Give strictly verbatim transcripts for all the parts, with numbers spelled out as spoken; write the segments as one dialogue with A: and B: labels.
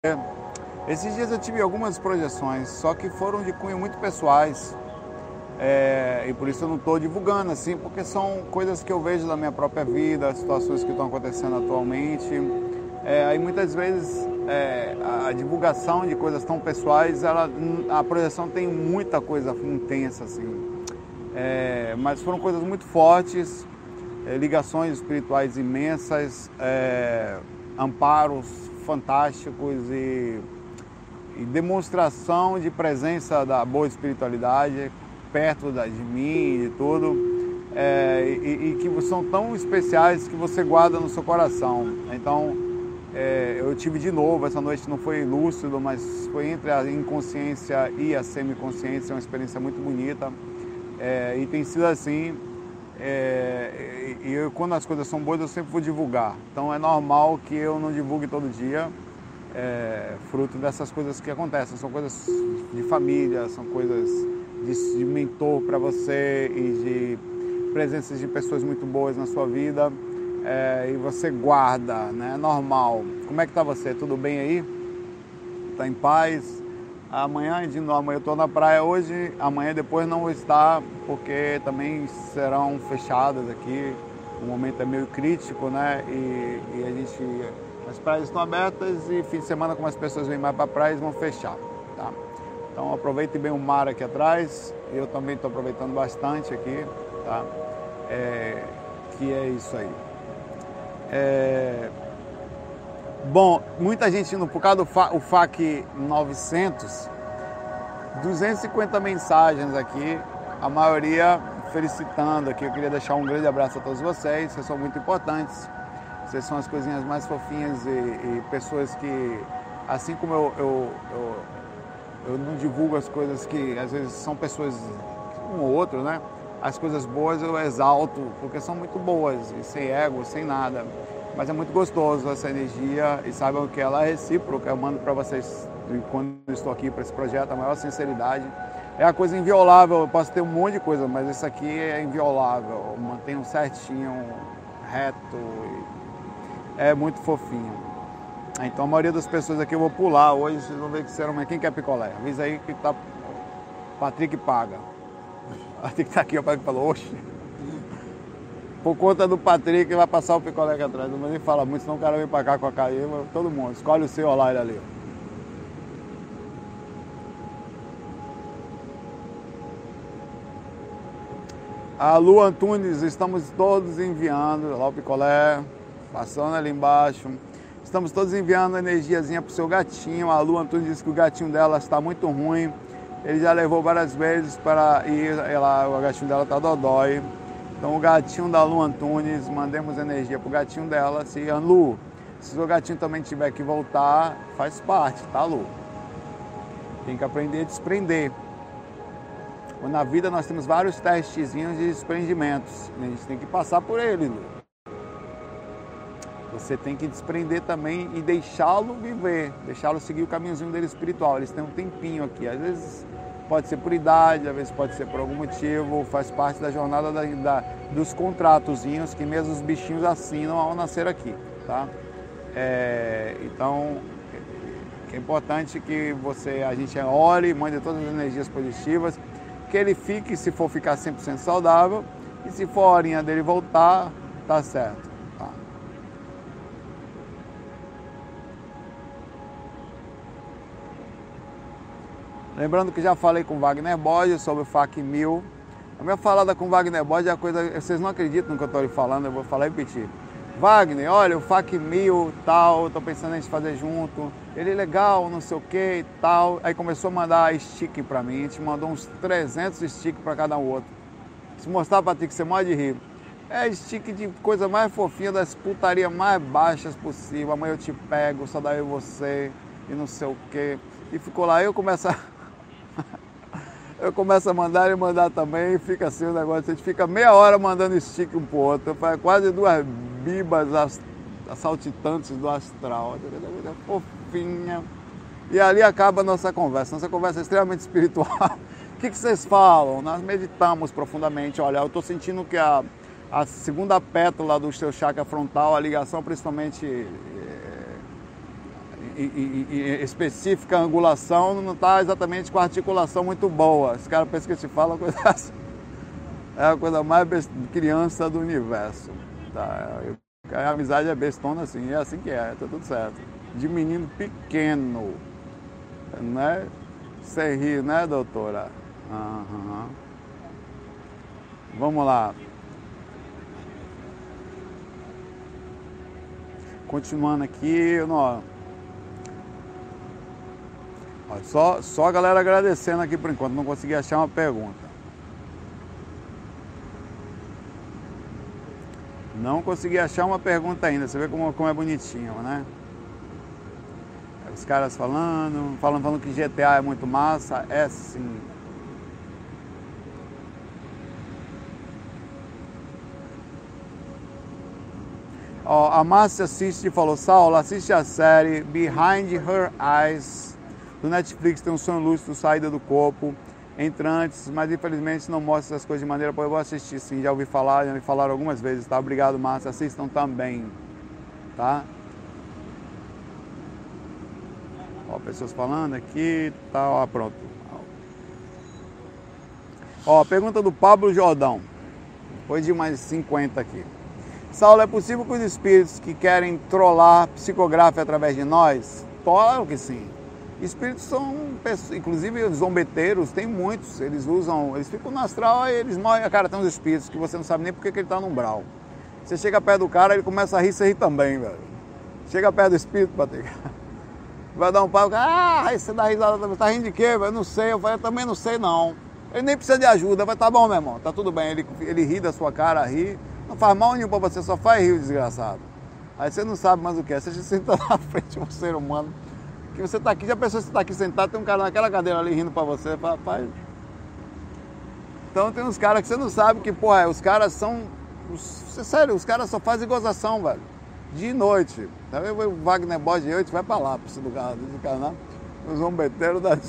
A: Esses dias eu tive algumas projeções, só que foram de cunho muito pessoais, é, e por isso eu não estou divulgando assim, porque são coisas que eu vejo na minha própria vida, situações que estão acontecendo atualmente. É, aí muitas vezes é, a divulgação de coisas tão pessoais, ela, a projeção tem muita coisa intensa assim, é, mas foram coisas muito fortes, é, ligações espirituais imensas, é, amparos fantásticos e, e demonstração de presença da boa espiritualidade perto da, de mim e de tudo, é, e, e que são tão especiais que você guarda no seu coração. Então é, eu tive de novo, essa noite não foi lúcido, mas foi entre a inconsciência e a semiconsciência, uma experiência muito bonita, é, e tem sido assim. É, e eu, quando as coisas são boas, eu sempre vou divulgar. Então é normal que eu não divulgue todo dia, é, fruto dessas coisas que acontecem. São coisas de família, são coisas de, de mentor para você e de presenças de pessoas muito boas na sua vida, é, e você guarda, né? É normal. Como é que tá você? Tudo bem aí? Tá em paz? Amanhã, de novo, amanhã eu estou na praia hoje, amanhã depois não vou estar, porque também serão fechadas aqui, o momento é meio crítico, né? E, e a gente, as praias estão abertas e fim de semana, como as pessoas vêm mais para a praia, eles vão fechar, tá? Então aproveite bem o mar aqui atrás, eu também estou aproveitando bastante aqui, tá? É, que é isso aí. É... Bom, muita gente indo por causa do F A Q novecentos, duzentas e cinquenta mensagens aqui, a maioria felicitando aqui. Eu queria deixar um grande abraço a todos vocês, vocês são muito importantes, vocês são as coisinhas mais fofinhas e, e pessoas que, assim como eu, eu, eu, eu não divulgo as coisas que às vezes são pessoas, um ou outro, né? As coisas boas eu exalto, porque são muito boas, e sem ego, sem nada. Mas é muito gostoso essa energia e saibam que ela é recíproca. Eu mando para vocês, quando eu estou aqui para esse projeto, a maior sinceridade. É a coisa inviolável, eu posso ter um monte de coisa, mas isso aqui é inviolável. Eu mantenho certinho, reto, é muito fofinho. Então a maioria das pessoas aqui eu vou pular hoje, vocês vão ver que serão, mas quem quer picolé? Avisa aí que tá, Patrick paga. Patrick tá aqui, o Patrick falou, oxe. Por conta do Patrick, vai passar o picolé aqui atrás. Não vou nem falar muito, senão o cara vem pra cá com a caída. Todo mundo, escolhe o seu, olha lá ele ali. A Lu Antunes, estamos todos enviando, lá o picolé, passando ali embaixo. Estamos todos enviando energiazinha pro seu gatinho. A Lu Antunes disse que o gatinho dela está muito ruim. Ele já levou várias vezes para ir, ela, o gatinho dela tá dodói. Então o gatinho da Lu Antunes, mandemos energia pro gatinho dela. Se a Lu, se o gatinho também tiver que voltar, faz parte, tá, Lu? Tem que aprender a desprender. Na vida nós temos vários testezinhos de desprendimentos. A gente tem que passar por ele, Lu. Você tem que desprender também e deixá-lo viver, deixá-lo seguir o caminhozinho dele espiritual. Eles têm um tempinho aqui, às vezes pode ser por idade, às vezes pode ser por algum motivo, faz parte da jornada da, da, dos contratozinhos que mesmo os bichinhos assinam ao nascer aqui, tá? É, então, é importante que você, a gente ore, mande todas as energias positivas, que ele fique, se for ficar cem por cento saudável, e se for a horinha dele voltar, tá certo. Tá? Lembrando que já falei com o Wagner Borges sobre o F A Q mil. A minha falada com o Wagner Borges é a coisa... Vocês não acreditam no que eu estou lhe falando, eu vou falar e repetir. Wagner, olha, o F A Q mil tal, estou pensando em a gente fazer junto. Ele é legal, não sei o que e tal. Aí começou a mandar stick para mim. A gente mandou uns trezentos stick para cada um outro. Se mostrar para ti que você pode rir. É stick de coisa mais fofinha, das putarias mais baixas possível. Amanhã eu te pego, só daí você e não sei o que. E ficou lá, eu começo a... Eu começo a mandar e mandar também, e fica assim o negócio. A gente fica meia hora mandando stick um pro outro. Faz quase duas bibas assaltitantes do astral. Fofinha. E ali acaba a nossa conversa. Nossa conversa é extremamente espiritual. O que, que vocês falam? Nós meditamos profundamente. Olha, eu estou sentindo que a, a segunda pétala do seu chakra frontal, a ligação principalmente e, e, e específica angulação, não está exatamente com a articulação muito boa. Os caras pensam que te fala coisa assim. É a coisa mais best... criança do universo. Tá? A amizade é bestona assim, é assim que é, tá tudo certo. De menino pequeno, né? Você ri, né, doutora? Uhum. Vamos lá. Continuando aqui, ó, ó, só, só a galera agradecendo aqui por enquanto, não consegui achar uma pergunta. Não consegui achar uma pergunta ainda, você vê como, como é bonitinho, né? Os caras falando, falando, falando que G T A é muito massa, é sim. Ó, a Márcia assiste e falou, Saulo, assiste a série Behind Her Eyes, do Netflix, tem um sonho lúcido, saída do corpo, entrantes, mas infelizmente não mostra essas coisas de maneira, eu vou assistir sim, já ouvi falar, já me falaram algumas vezes, tá? Obrigado, Márcia, assistam também, tá? Ó, pessoas falando aqui, tá, ó, pronto. Ó, pergunta do Pablo Jordão, foi de mais cinquenta aqui. Saulo, é possível que os espíritos que querem trollar psicografem através de nós? Claro que sim. Espíritos são, inclusive os zombeteiros, tem muitos, eles usam, eles ficam no astral e eles morrem. Cara, tem uns espíritos que você não sabe nem porque que ele tá no umbral. Você chega perto do cara, ele começa a rir, você ri também, velho. Chega perto do espírito, Patrick. Vai dar um papo, ah, aí você dá risada também. Tá rindo de quê, velho? Eu não sei, eu, falei, eu também não sei não. Ele nem precisa de ajuda, vai, tá bom, meu irmão, tá tudo bem. Ele, ele ri da sua cara, ri. Não faz mal nenhum pra você, só faz rir, desgraçado. Aí você não sabe mais o que é. Você se senta na frente de um ser humano, que você tá aqui, já pensou que você tá aqui sentado, tem um cara naquela cadeira ali rindo pra você, fala, rapaz. Então tem uns caras que você não sabe que, porra, os caras são. Os, sério, os caras só fazem gozação, velho. De noite. O Wagner Borges de noite vai pra lá, pra esse lugar, desse canal. Os zombeteiros da.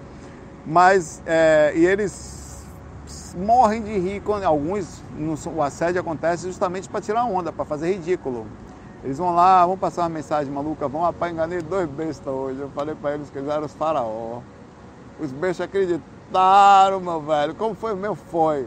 A: Mas, é, e eles morrem de rir quando alguns, o assédio acontece justamente para tirar onda, para fazer ridículo. Eles vão lá, vão passar uma mensagem maluca, vão, rapaz, enganei dois bestas hoje. Eu falei para eles que eles eram os faraó. Os bestas acreditaram, meu velho. Como foi o meu? Foi.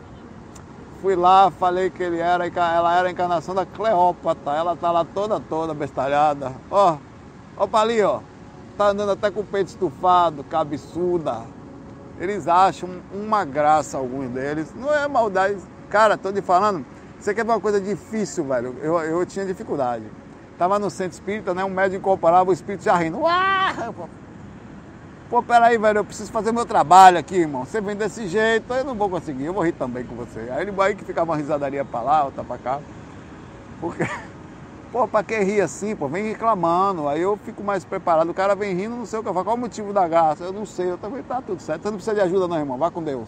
A: Fui lá, falei que ele era, ela era a encarnação da Cleópatra. Ela tá lá toda, toda bestalhada. Ó, ó pra ali, ó. Tá andando até com o peito estufado, cabeçuda. Eles acham uma graça, alguns deles. Não é maldade. Cara, tô te falando, você quer ver uma coisa difícil, velho? Eu, eu tinha dificuldade. Tava no centro espírita, né? Um médico incorporava, o espírito já rindo. Uá! Pô, peraí, velho, eu preciso fazer meu trabalho aqui, irmão. Você vem desse jeito, eu não vou conseguir, eu vou rir também com você. Aí ele vai que ficava uma risadaria pra lá, outra pra cá. Porque, pô, pra que rir assim, pô? Vem reclamando. Aí eu fico mais preparado. O cara vem rindo, não sei o que eu falo. Qual o motivo da graça? Eu não sei, eu também tá tudo certo. Você não precisa de ajuda não, irmão. Vá com Deus.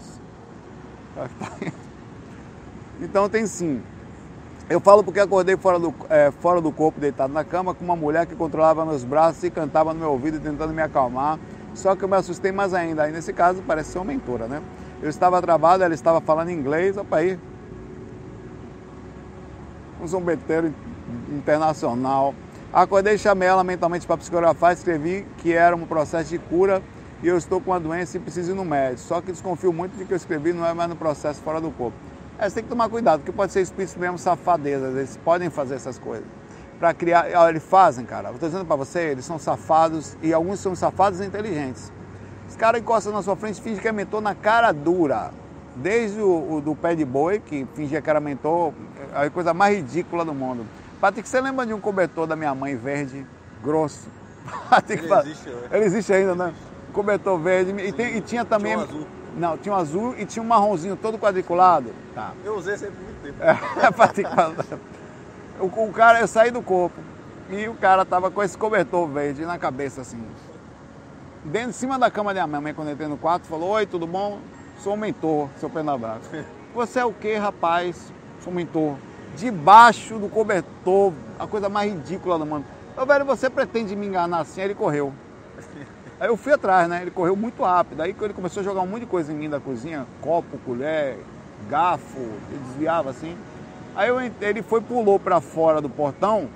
A: Então tem sim. Eu falo porque acordei fora do, é, fora do corpo, deitado na cama, com uma mulher que controlava meus braços e cantava no meu ouvido, tentando me acalmar. Só que eu me assustei mais ainda. Aí nesse caso parece ser uma mentora, né? Eu estava travado, ela estava falando inglês. Opa aí. Um zombeteiro internacional. Acordei e chamei ela mentalmente para psicografar, escrevi que era um processo de cura e eu estou com uma doença e preciso ir no médico. Só que desconfio muito de que eu escrevi não é mais no processo fora do corpo. É, você tem que tomar cuidado, porque pode ser espíritos mesmo safadezas, eles podem fazer essas coisas. Para criar, eles fazem, cara, eu estou dizendo para você, eles são safados e alguns são safados e inteligentes. Os caras encostam na sua frente e fingem que é mentor na cara dura. Desde o, o do pé de boi, que fingia que era mentor, é a coisa mais ridícula do mundo. Patrick, você lembra de um cobertor da minha mãe verde, grosso? Patrick, ele existe, né? Ele existe ainda, né? Um cobertor verde. E, tem, e tinha também...
B: Tinha um azul.
A: Não, tinha um azul e tinha um marronzinho todo quadriculado.
B: Tá. Eu usei sempre muito tempo.
A: É, Patrick, o, o cara, eu saí do corpo e o cara tava com esse cobertor verde na cabeça, assim. Dentro, em cima da cama da minha mãe, quando eu entrei no quarto, falou, oi, tudo bom? Sou o mentor, seu Penabraço. Você é o quê, rapaz? Sou mentor. Debaixo do cobertor, a coisa mais ridícula do mundo. Eu, velho, você pretende me enganar assim? Aí ele correu. Aí eu fui atrás, né? Ele correu muito rápido. Aí ele começou a jogar um monte de coisa em mim da cozinha, copo, colher, garfo, ele desviava assim. Aí eu, ele foi, pulou pra fora do portão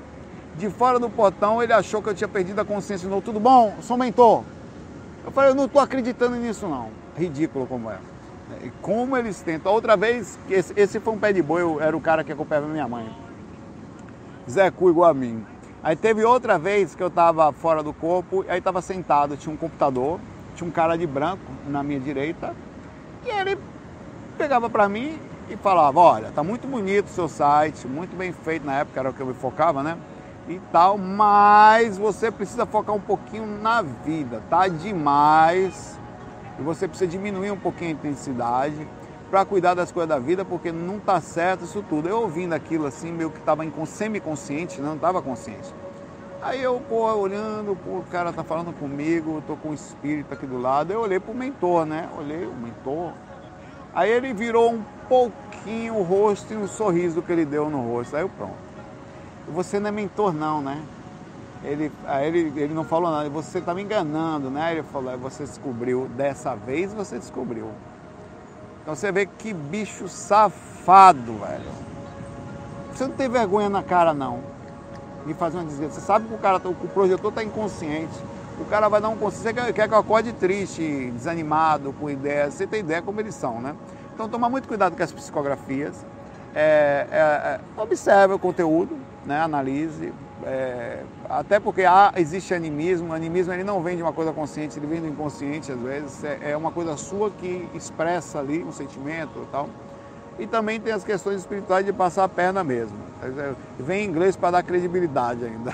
A: De fora do portão, ele achou que eu tinha perdido a consciência de novo. Tudo bom? Sou mentor. Eu falei, eu não estou acreditando nisso não. Ridículo como é. E como eles tentam. Outra vez, esse, esse foi um pé de boi, eu era o cara que acompanhava minha mãe. Zé Cu igual a mim. Aí teve outra vez que eu estava fora do corpo, aí estava sentado, tinha um computador, tinha um cara de branco na minha direita, e ele pegava para mim e falava, olha, tá muito bonito o seu site, muito bem feito, na época era o que eu me focava, né? E tal, mas você precisa focar um pouquinho na vida, tá demais, e você precisa diminuir um pouquinho a intensidade para cuidar das coisas da vida, porque não tá certo isso tudo. Eu ouvindo aquilo assim, meio que estava semi-consciente, não estava consciente. Aí eu, pô, olhando, pô, o cara tá falando comigo, eu tô com o espírito aqui do lado, eu olhei pro mentor, né? Olhei o mentor. Aí ele virou um pouquinho o rosto e um sorriso que ele deu no rosto. Aí eu, pronto. Você não é mentor não, né? Ele, aí ele, ele não falou nada, você tá me enganando, né? Ele falou, você descobriu, dessa vez você descobriu. Então você vê que bicho safado, velho. Você não tem vergonha na cara, não. De fazer uma desgraça. Você sabe que o cara, o projetor tá inconsciente. O cara vai dar um conselho. Você quer, quer que eu acorde triste, desanimado, com ideias. Você tem ideia como eles são, né? Então toma muito cuidado com as psicografias. É, é, é, observe o conteúdo, né? Analise. É, até porque há, existe animismo. O animismo ele não vem de uma coisa consciente, ele vem do inconsciente às vezes. É, é uma coisa sua que expressa ali um sentimento e tal. E também tem as questões espirituais de passar a perna mesmo. Vem em inglês para dar credibilidade ainda.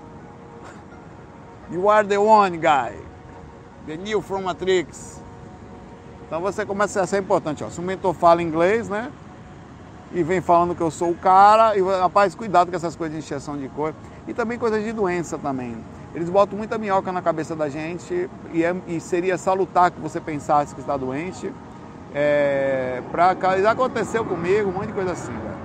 A: You are the one guy. The new from Matrix. Então você começa a ser importante. Ó. Se o mentor fala inglês, né? E vem falando que eu sou o cara. E, rapaz, cuidado com essas coisas de injeção de cor. E também coisas de doença também. Eles botam muita minhoca na cabeça da gente. E, é, e seria salutar que você pensasse que está doente. É, pra, já aconteceu comigo, um monte de coisa assim, velho.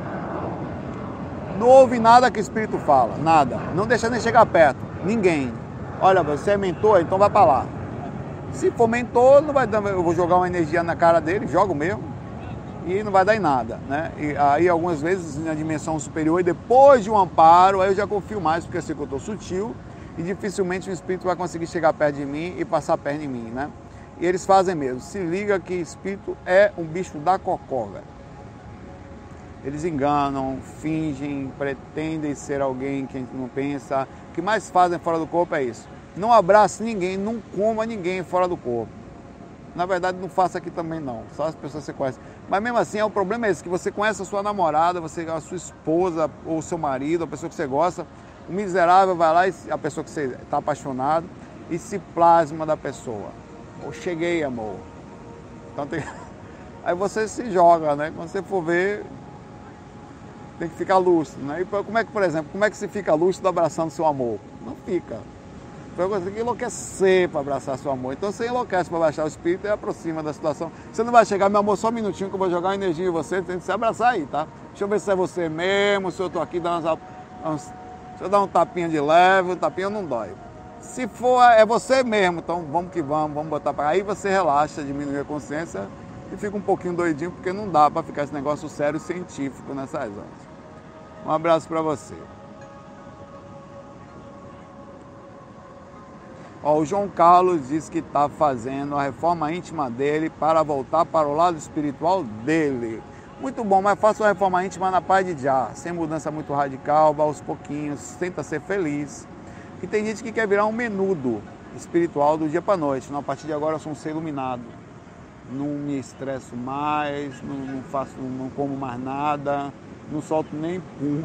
A: Não ouve nada que o espírito fala, nada. Não deixa nem chegar perto, ninguém. Olha, você é mentor, então vai pra lá. Se for mentor, não vai dar, eu vou jogar uma energia na cara dele, jogo mesmo, e não vai dar em nada, né? E aí algumas vezes na dimensão superior, e depois de um amparo, aí eu já confio mais, porque eu sei que eu tô sutil, e dificilmente o espírito vai conseguir chegar perto de mim e passar a perna em mim, né? E eles fazem mesmo. Se liga que espírito é um bicho da cocó, velho. Eles enganam, fingem, pretendem ser alguém que a gente não pensa. O que mais fazem fora do corpo é isso. Não abrace ninguém, não coma ninguém fora do corpo. Na verdade, não faça aqui também não. Só as pessoas que você conhece. Mas mesmo assim, é o problema é esse, que você conhece a sua namorada, você, a sua esposa, ou o seu marido, a pessoa que você gosta. O miserável vai lá, e a pessoa que você está apaixonado, e se plasma da pessoa. Eu cheguei, amor. Então tem... Aí você se joga, né? Quando você for ver, tem que ficar lúcido, né? E como é que, por exemplo, como é que se fica lúcido abraçando seu amor? Não fica. Então você tem que enlouquecer para abraçar seu amor. Então você enlouquece para baixar o espírito e aproxima da situação. Você não vai chegar, meu amor, só um minutinho que eu vou jogar uma energia em você, tem que se abraçar aí, tá? Deixa eu ver se é você mesmo, se eu tô aqui, dando umas... umas... se eu dar um tapinha de leve, o tapinha não dói. Se for, é você mesmo, então vamos que vamos, vamos botar para aí, você relaxa, diminui a consciência e fica um pouquinho doidinho, porque não dá para ficar esse negócio sério científico nessas horas. Um abraço para você. Ó, o João Carlos diz que está fazendo a reforma íntima dele para voltar para o lado espiritual dele. Muito bom, mas faça a reforma íntima na paz de já, sem mudança muito radical, vá aos pouquinhos, tenta ser feliz. E tem gente que quer virar um menudo espiritual do dia para noite. Não, a partir de agora eu sou um ser iluminado. Não me estresso mais, não, não faço, não como mais nada, não solto nem pum.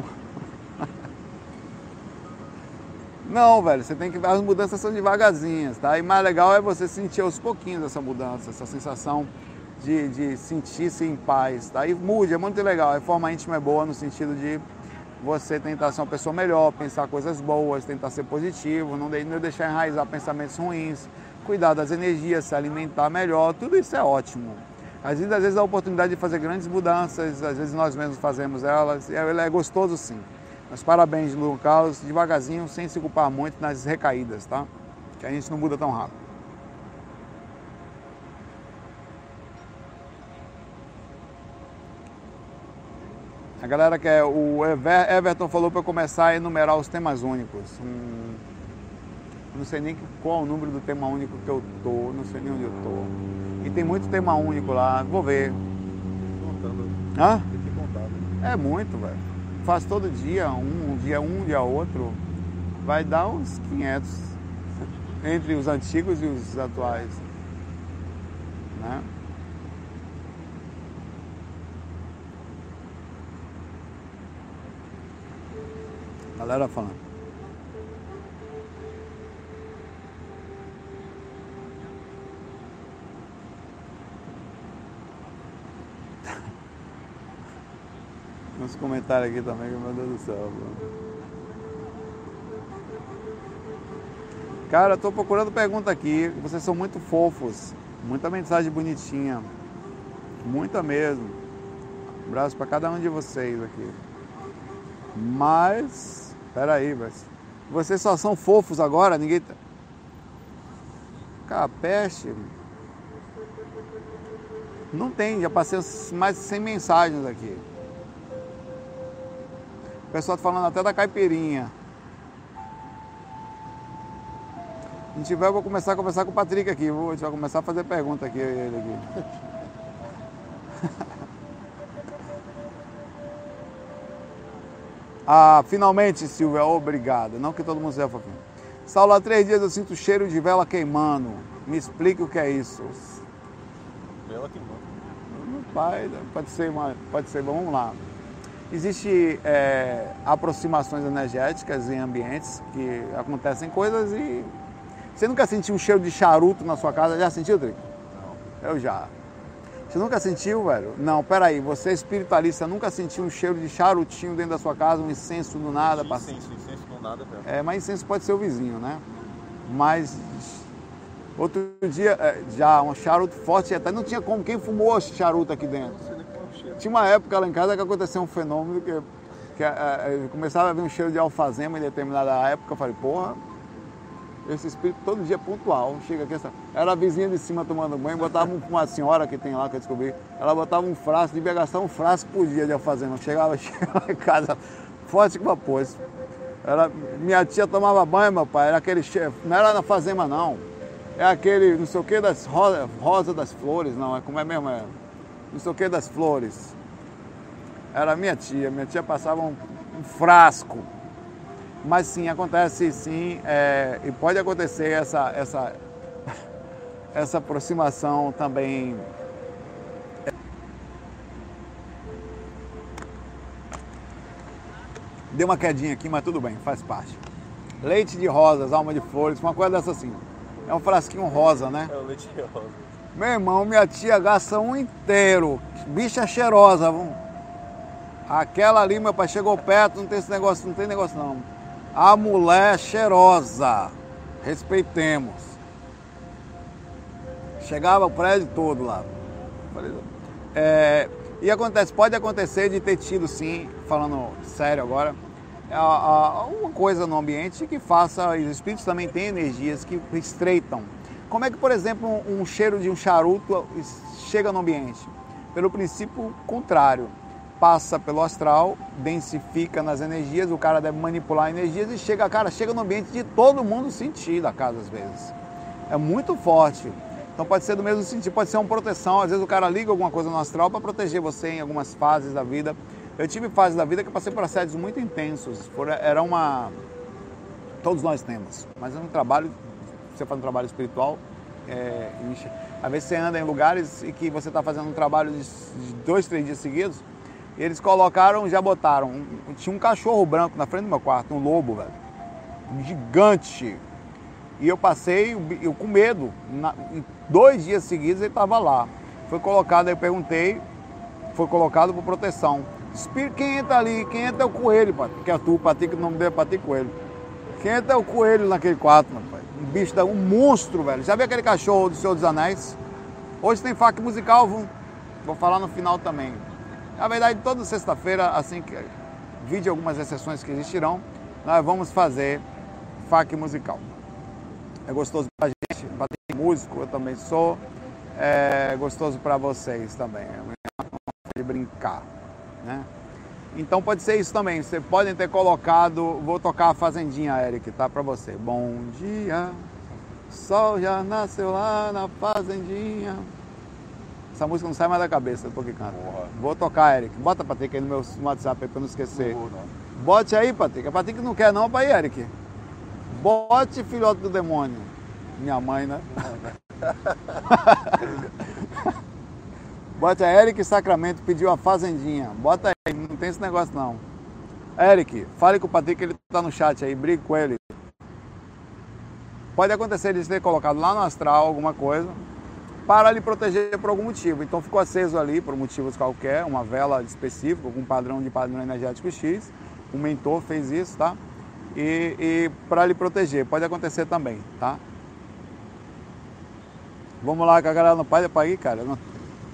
A: Não, velho, você tem que... As mudanças são devagarzinhas, tá? E mais legal é você sentir aos pouquinhos essa mudança, essa sensação de, de sentir-se em paz, tá? E mude, é muito legal. A reforma íntima é boa no sentido de você tentar ser uma pessoa melhor, pensar coisas boas, tentar ser positivo, não deixar enraizar pensamentos ruins, cuidar das energias, se alimentar melhor, tudo isso é ótimo. Às vezes, às vezes a oportunidade de fazer grandes mudanças, às vezes nós mesmos fazemos elas, é, é gostoso sim. Mas parabéns, João Carlos, devagarzinho, sem se culpar muito nas recaídas, tá? Que a gente não muda tão rápido. A galera quer, o Ever, Everton falou para eu começar a enumerar os temas únicos. Hum, não sei nem qual é o número do tema único que eu tô, não sei nem onde eu tô. E tem muito tema único lá, vou ver.
B: Contando.
A: Hã?
B: Tem que contar.
A: É muito, velho. Faz todo dia, um, um dia um, um dia outro. Vai dar uns quinhentos. Entre os antigos e os atuais. Né? Galera falando. Uns comentários aqui também, que meu Deus do céu. Bro. Cara, eu tô procurando pergunta aqui. Vocês são muito fofos. Muita mensagem bonitinha. Muita mesmo. Um abraço pra cada um de vocês aqui. Mas... Peraí, velho. Vocês só são fofos agora? Ninguém... Cara, peste. Não tem, já passei mais de cem mensagens aqui. O pessoal tá falando até da caipirinha. Se não tiver, eu vou começar a conversar com o Patrick aqui. Vou, a gente vai começar a fazer pergunta aqui, ele aqui. Ah, finalmente, Silvia, obrigado. Não que todo mundo seja fofinho. Saulo, há três dias eu sinto o cheiro de vela queimando. Me explique o que é isso.
B: Vela queimando.
A: Pai, pode ser, uma, pode ser, vamos lá. Existem é, aproximações energéticas em ambientes que acontecem coisas e... Você nunca sentiu um cheiro de charuto na sua casa? Já sentiu, Trico?
B: Não.
A: Eu já. Você nunca sentiu, velho? Não, peraí, você é espiritualista, nunca sentiu um cheiro de charutinho dentro da sua casa, um incenso do nada?
B: Incenso, incenso do nada, velho.
A: É, mas incenso pode ser o vizinho, né? Mas... Outro dia, já, um charuto forte, até não tinha como, quem fumou charuto aqui dentro?
B: Não sei nem qual é o cheiro.
A: Tinha uma época lá em casa que aconteceu um fenômeno que, que é, começava a vir um cheiro de alfazema em determinada época. Eu falei, porra, esse espírito todo dia pontual. Chega aqui, essa... era a vizinha de cima tomando banho, botava uma senhora que tem lá, que eu descobri, ela botava um frasco, devia gastar um frasco por dia de alfazema. Chegava, chegava em casa, forte como a pôs. Era, minha tia tomava banho, meu pai, era aquele cheiro, não era na alfazema não. É aquele, não sei o que, das rosa, rosa das flores, não, é como é mesmo, é, não sei o que das flores. Era minha tia, minha tia passava um, um frasco. Mas sim, acontece sim, é, e pode acontecer essa, essa, essa aproximação também. Deu uma quedinha aqui, mas tudo bem, faz parte. Leite de rosas, alma de flores, uma coisa dessa assim. É um frasquinho rosa, né?
B: É o leite rosa.
A: Meu irmão, minha tia gasta um inteiro. Bicha cheirosa, vamos. Aquela ali, meu pai, chegou perto, não tem esse negócio, não tem negócio não. A mulher cheirosa. Respeitemos. Chegava o prédio todo lá. É, e acontece, pode acontecer de ter tido sim, falando sério agora, uma coisa no ambiente que faça, os espíritos também têm energias que estreitam. Como é que, por exemplo, um, um cheiro de um charuto chega no ambiente? Pelo princípio contrário, passa pelo astral, densifica nas energias, o cara deve manipular energias e chega, cara, chega no ambiente de todo mundo sentir da casa às vezes. É muito forte. Então pode ser do mesmo sentido, pode ser uma proteção, às vezes o cara liga alguma coisa no astral para proteger você em algumas fases da vida. Eu tive fases da vida que eu passei por assédios muito intensos, por, era uma... Todos nós temos, mas é um trabalho, você faz um trabalho espiritual, é, às vezes você anda em lugares e que você está fazendo um trabalho de, de dois, três dias seguidos, e eles colocaram, já botaram, um, tinha um cachorro branco na frente do meu quarto, um lobo, velho, um gigante, e eu passei, eu com medo, na, em dois dias seguidos ele estava lá, foi colocado, aí eu perguntei, foi colocado por proteção. Espírito, quem entra ali? Quem entra é o coelho, que é tu, Patrick, o nome dele é Patrick Coelho. Quem entra é o coelho naquele quarto, meu pai. Um bicho, um monstro, velho. Já viu aquele cachorro do Senhor dos Anéis? Hoje tem fac musical, vou, vou falar no final também. Na verdade, toda sexta-feira, assim que vide algumas exceções que existirão, nós vamos fazer fac musical. É gostoso pra gente, Patrick músico, eu também sou. É gostoso pra vocês também. É uma forma de brincar. Né? Então pode ser isso também. Você podem ter colocado... Vou tocar a Fazendinha, Eric, tá? Pra você. Bom dia, sol já nasceu lá na Fazendinha. Essa música não sai mais da cabeça, porque canta. Porra. Vou tocar, Eric. Bota, Patrick, aí no meu WhatsApp aí pra não esquecer. Não vou, não. Bote aí, Patrick. A Patrick não quer não, pra ir, Eric. Bote, filhote do demônio. Minha mãe, né? Bote a Eric Sacramento, pediu a Fazendinha. Bota aí, não tem esse negócio não. Eric, fale com o Patrick, ele tá no chat aí, brigue com ele. Pode acontecer de ter colocado lá no astral alguma coisa para lhe proteger por algum motivo. Então ficou aceso ali por motivos qualquer, uma vela específica, com um padrão de padrão energético X. O mentor fez isso, tá? E, e para lhe proteger, pode acontecer também, tá? Vamos lá, que a galera não pode para ir, cara. Não...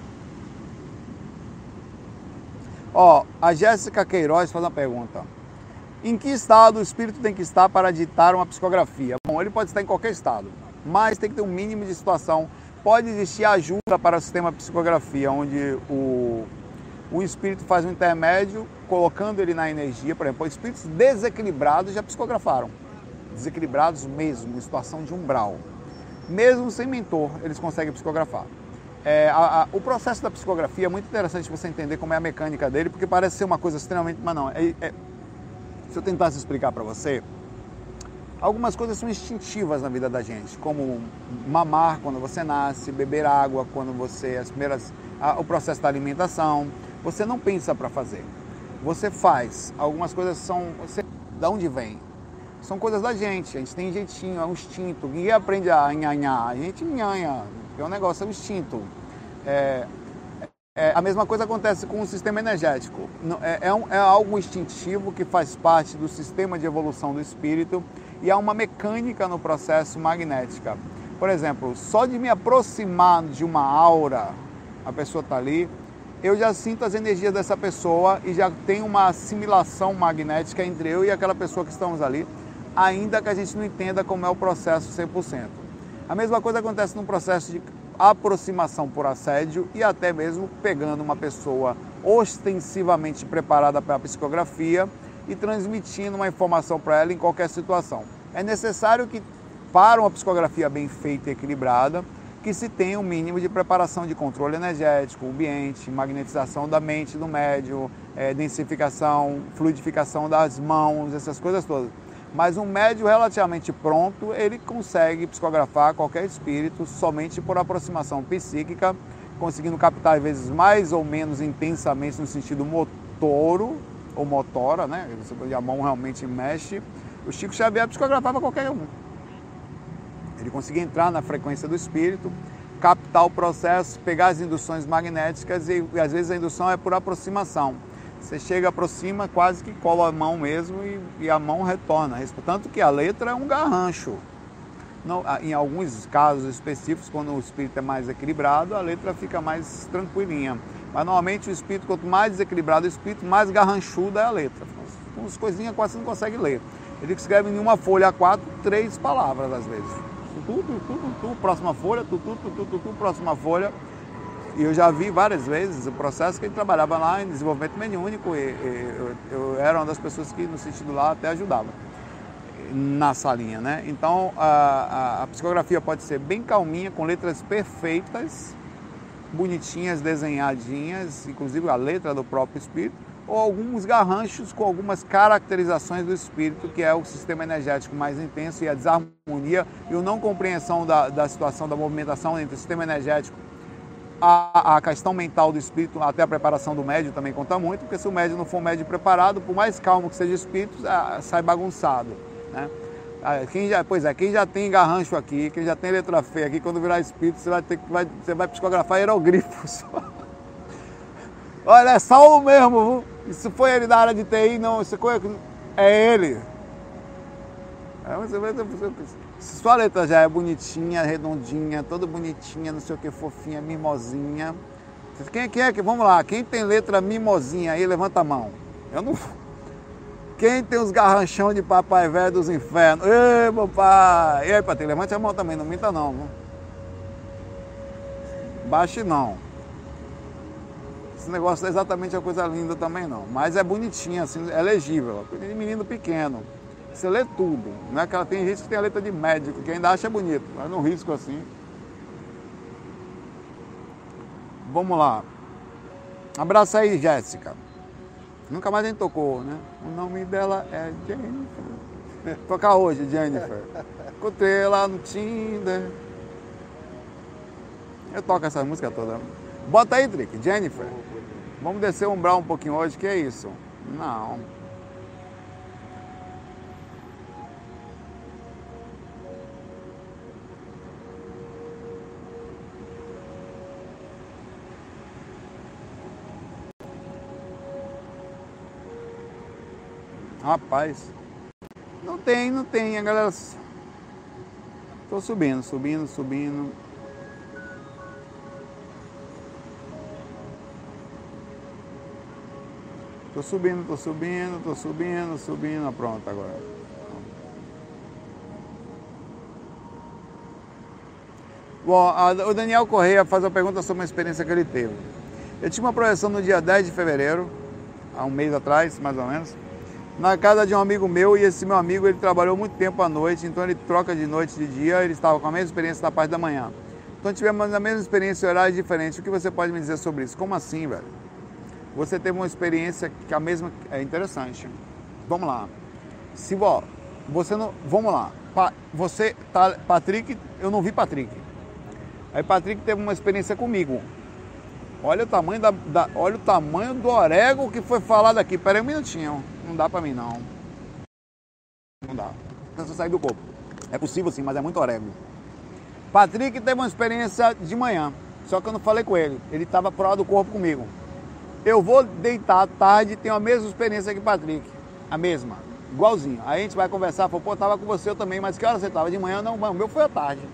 A: Ó, a Jéssica Queiroz faz uma pergunta. Em que estado o espírito tem que estar para ditar uma psicografia? Bom, ele pode estar em qualquer estado, mas tem que ter um mínimo de situação. Pode existir ajuda para o sistema psicografia, onde o, o espírito faz um intermédio, colocando ele na energia. Por exemplo, espíritos desequilibrados já psicografaram. Desequilibrados mesmo, em situação de umbral. Mesmo sem mentor, eles conseguem psicografar. É, a, a, o processo da psicografia é muito interessante você entender como é a mecânica dele, porque parece ser uma coisa extremamente... Mas não, é, é, se eu tentasse explicar para você, algumas coisas são instintivas na vida da gente, como mamar quando você nasce, beber água quando você... As primeiras, a, o processo da alimentação, você não pensa para fazer, você faz. Algumas coisas são... Você, de onde vem? São coisas da gente, a gente tem jeitinho, é um instinto. Ninguém aprende a nhanhar, a gente nhanha, é um negócio, é um instinto. É, é, a mesma coisa acontece com o sistema energético. É, é, um, é algo instintivo que faz parte do sistema de evolução do espírito e há uma mecânica no processo magnética. Por exemplo, só de me aproximar de uma aura, a pessoa está ali, eu já sinto as energias dessa pessoa e já tem uma assimilação magnética entre eu e aquela pessoa que estamos ali, ainda que a gente não entenda como é o processo cem por cento. A mesma coisa acontece no processo de aproximação por assédio e até mesmo pegando uma pessoa ostensivamente preparada para a psicografia e transmitindo uma informação para ela em qualquer situação. É necessário que, para uma psicografia bem feita e equilibrada, que se tenha um mínimo de preparação de controle energético, ambiente, magnetização da mente do médium, é, densificação, fluidificação das mãos, essas coisas todas. Mas um médium relativamente pronto, ele consegue psicografar qualquer espírito somente por aproximação psíquica, conseguindo captar às vezes mais ou menos intensamente no sentido motoro ou motora, né? A mão realmente mexe. O Chico Xavier psicografava qualquer um. Ele conseguia entrar na frequência do espírito, captar o processo, pegar as induções magnéticas e, e às vezes a indução é por aproximação. Você chega, aproxima, quase que cola a mão mesmo e, e a mão retorna. Tanto que a letra é um garrancho. Não, em alguns casos específicos, quando o espírito é mais equilibrado, a letra fica mais tranquilinha. Mas normalmente o espírito, quanto mais desequilibrado o espírito, mais garranchuda é a letra. Com as coisinhas quase você não consegue ler. Ele escreve em uma folha A quatro, três palavras às vezes. Tu, tu, tu, tu, tu, próxima folha, tu, tu, tu, tu, tu, tu, próxima folha. E eu já vi várias vezes o processo que ele trabalhava lá em desenvolvimento mediúnico e, e eu, eu era uma das pessoas que no sentido lá até ajudava na salinha, né? Então a, a, a psicografia pode ser bem calminha, com letras perfeitas, bonitinhas, desenhadinhas, inclusive a letra do próprio espírito, ou alguns garranchos com algumas caracterizações do espírito, que é o sistema energético mais intenso e a desarmonia e a não compreensão da, da situação da movimentação entre o sistema energético, A, a questão mental do espírito, até a preparação do médium também conta muito, porque se o médium não for um médium preparado, por mais calmo que seja o espírito, sai bagunçado, né? Quem já, pois é, quem já tem garrancho aqui, quem já tem letra feia aqui, quando virar espírito, você vai ter que vai, você vai psicografar hieroglifos. Olha, é Saulo mesmo, viu? Isso foi ele da área de T I, não, isso é ele. É, você vai, se sua letra já é bonitinha, redondinha, toda bonitinha, não sei o que, fofinha, mimosinha. Quem, quem é que, vamos lá, quem tem letra mimosinha aí, levanta a mão. Eu não... Quem tem os garranchão de papai velho dos infernos? Ei, meu pai! E aí, Patrícia, levante a mão também, não minta não. Viu? Baixe não. Esse negócio não é exatamente uma coisa linda também não, mas é bonitinha, assim, é legível, é de menino pequeno. Você lê tudo, não é que ela tem gente que tem a letra de médico, que ainda acha bonito, mas não risco assim. Vamos lá. Abraço aí, Jéssica. Nunca mais a gente tocou, né? O nome dela é Jennifer. Tocar hoje, Jennifer. Encontrei lá no Tinder. Eu toco essa música toda. Bota aí, Trick, Jennifer. Vamos descer o umbral um pouquinho hoje, que é isso? Não. Rapaz, não tem, não tem, a galera... Tô subindo, subindo, subindo. Tô subindo, tô subindo, tô subindo, subindo, pronto agora. Bom, a, o Daniel Correia faz uma pergunta sobre uma experiência que ele teve. Eu tinha uma projeção no dia dez de fevereiro, há um mês atrás, mais ou menos, na casa de um amigo meu, e esse meu amigo, ele trabalhou muito tempo à noite, então ele troca de noite de dia, ele estava com a mesma experiência na parte da manhã. Então tivemos a mesma experiência em horários diferentes. O que você pode me dizer sobre isso? Como assim, velho? Você teve uma experiência que a mesma... É interessante. Vamos lá. Se ó, você não... Vamos lá. Pa... Você tá... Patrick... Eu não vi Patrick. Aí Patrick teve uma experiência comigo. Olha o tamanho da... da... Olha o tamanho do orégano que foi falado aqui. Pera aí um minutinho. Não dá pra mim, não. Não dá. Cansa sair do corpo. É possível sim, mas é muito orégano. Patrick teve uma experiência de manhã. Só que eu não falei com ele. Ele estava fora do corpo comigo. Eu vou deitar à tarde e tenho a mesma experiência que Patrick. A mesma. Igualzinho. Aí a gente vai conversar. Falou, pô, tava com você eu também. Mas que hora você tava? De manhã? Não, o meu foi à tarde.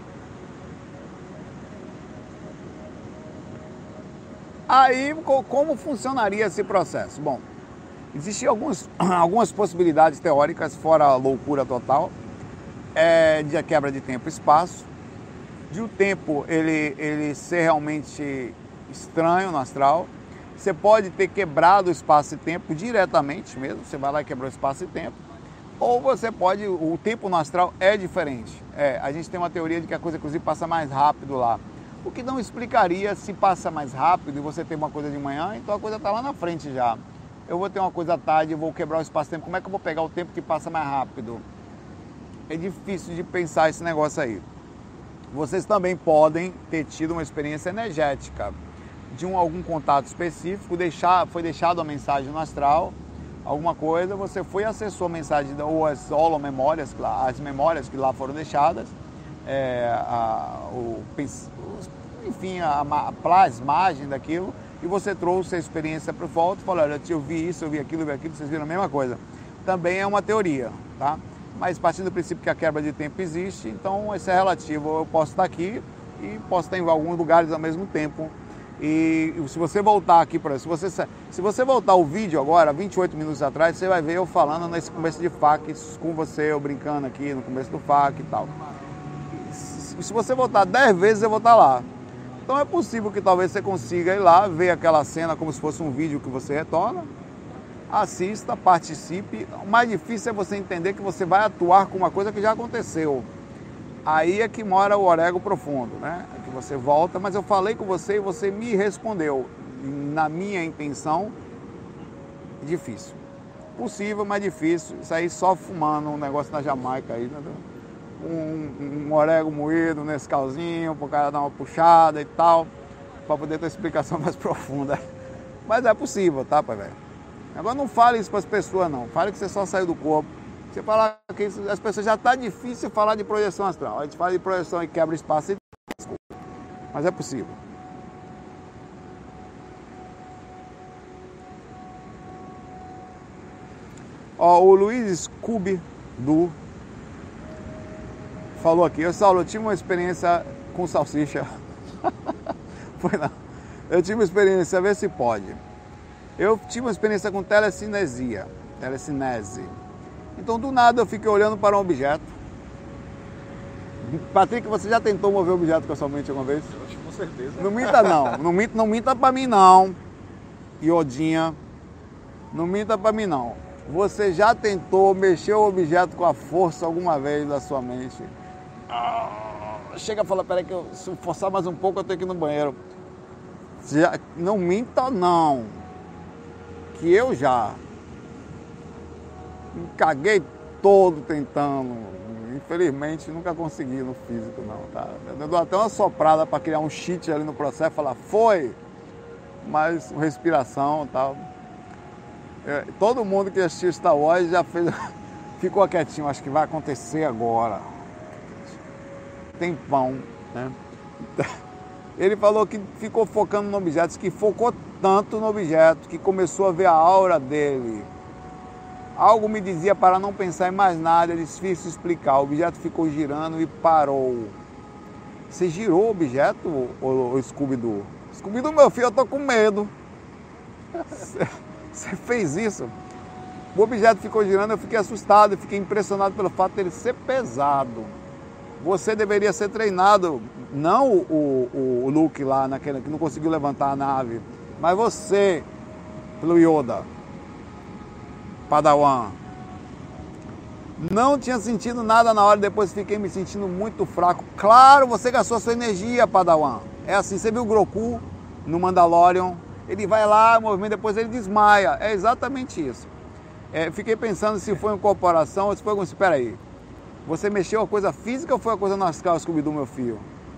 A: Aí, como funcionaria esse processo? Bom, existiam alguns, algumas possibilidades teóricas, fora a loucura total, é, de a quebra de tempo e espaço, de o tempo ele, ele ser realmente estranho no astral. Você pode ter quebrado o espaço e tempo diretamente mesmo, você vai lá e quebrou o espaço e tempo, ou você pode, o tempo no astral é diferente. É, a gente tem uma teoria de que a coisa, inclusive, passa mais rápido lá. O que não explicaria se passa mais rápido e você tem uma coisa de manhã, então a coisa está lá na frente já. Eu vou ter uma coisa à tarde, eu vou quebrar o espaço-tempo, como é que eu vou pegar o tempo que passa mais rápido? É difícil de pensar esse negócio aí. Vocês também podem ter tido uma experiência energética de um, algum contato específico, deixar, foi deixado a mensagem no astral, alguma coisa, você foi e acessou a mensagem, ou as holomemórias, as memórias que lá foram deixadas, é, a, o, enfim, a, a plasmagem daquilo, e você trouxe a experiência para o volta e falou, olha, eu vi isso, eu vi aquilo, eu vi aquilo, vocês viram a mesma coisa. Também é uma teoria, tá? Mas partindo do princípio que a quebra de tempo existe, então isso é relativo. Eu posso estar aqui e posso estar em alguns lugares ao mesmo tempo. E se você voltar aqui, por exemplo, se você, se você voltar o vídeo agora, vinte e oito minutos atrás, você vai ver eu falando nesse começo de F A Q com você, eu brincando aqui no começo do F A Q e tal. Se você voltar dez vezes, eu vou estar lá. Então é possível que talvez você consiga ir lá, ver aquela cena como se fosse um vídeo que você retorna, assista, participe. O mais difícil é você entender que você vai atuar com uma coisa que já aconteceu. Aí é que mora o orégano profundo, né? É que você volta, mas eu falei com você e você me respondeu. Na minha intenção, difícil. Possível, mas difícil. Isso aí só fumando um negócio na Jamaica aí, né? Um, um orégano moído nesse calzinho, para o cara dar uma puxada e tal, para poder ter uma explicação mais profunda. Mas é possível, tá, pai velho? Agora não fale isso para as pessoas, não. Fale que você só saiu do corpo. Você falar que isso, as pessoas já está difícil falar de projeção astral. A gente fala de projeção e quebra espaço e desculpa. Mas é possível. Ó, o Luiz Scooby do falou aqui, eu, Saulo, eu tive uma experiência com salsicha. Foi não. Eu tive uma experiência, vê se pode. Eu tive uma experiência com telecinesia, telecinese. Então, do nada, eu fiquei olhando para um objeto. Patrick, você já tentou mover o objeto com a sua mente alguma vez?
B: Eu acho que com certeza.
A: Não minta, não. Não minta, não minta para mim, não. Iodinha, não minta pra mim não. Você já tentou mexer o objeto com a força alguma vez da sua mente? Ah, chega a falar, peraí que eu, se eu forçar mais um pouco eu tenho que ir no banheiro. Já, não minta não, que eu já me caguei todo tentando. Infelizmente nunca consegui no físico não, tá? Eu dou até uma soprada para criar um cheat ali no processo, falar foi, mas respiração e tal. É, todo mundo que assistiu Star Wars já fez, ficou quietinho, acho que vai acontecer agora. Tempão, né? Ele falou que ficou focando no objeto, que focou tanto no objeto que começou a ver a aura dele. Algo me dizia para não pensar em mais nada, é difícil explicar. O objeto ficou girando e parou. Você girou o objeto, o Scooby-Doo? Scooby-Doo, meu filho, eu tô com medo. Você fez isso? O objeto ficou girando, eu fiquei assustado, eu fiquei impressionado pelo fato dele ser pesado. Você deveria ser treinado, não o, o, o Luke lá, naquele, que não conseguiu levantar a nave, mas você, pelo Yoda, Padawan. Não tinha sentido nada na hora, depois fiquei me sentindo muito fraco. Claro, você gastou a sua energia, Padawan. É assim, você viu o Grogu no Mandalorian? Ele vai lá, movimento, depois ele desmaia. É exatamente isso. É, fiquei pensando se foi uma incorporação ou se foi algum... Espera aí. Você mexeu a coisa física ou foi a coisa no astral, Scooby-Doo, meu filho?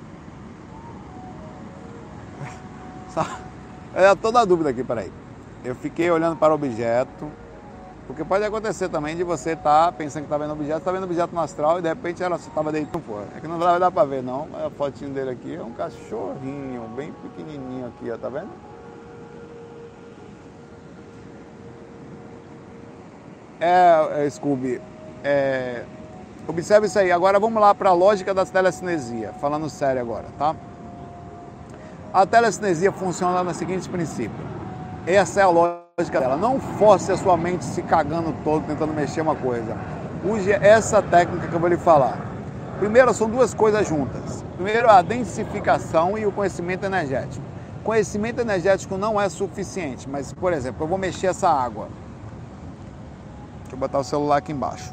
A: É toda a dúvida aqui, peraí. Eu fiquei olhando para o objeto, porque pode acontecer também de você estar tá pensando que está vendo objeto, está vendo objeto no astral e de repente ela estava deitando fora. É que não vai dar para ver não, a fotinho dele aqui é um cachorrinho, bem pequenininho aqui, ó, tá vendo? É, é Scooby, é, observe isso aí. Agora vamos lá para a lógica da telecinesia, falando sério agora, tá? A telecinesia funciona no seguinte princípio. Essa é a lógica dela. Não force a sua mente se cagando todo, tentando mexer uma coisa. Use essa técnica que eu vou lhe falar. Primeiro, são duas coisas juntas. Primeiro, a densificação e o conhecimento energético. Conhecimento energético não é suficiente, mas, por exemplo, eu vou mexer essa água. Deixa eu botar o celular aqui embaixo.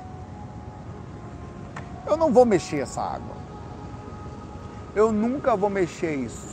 A: Eu não vou mexer essa água. Eu nunca vou mexer isso.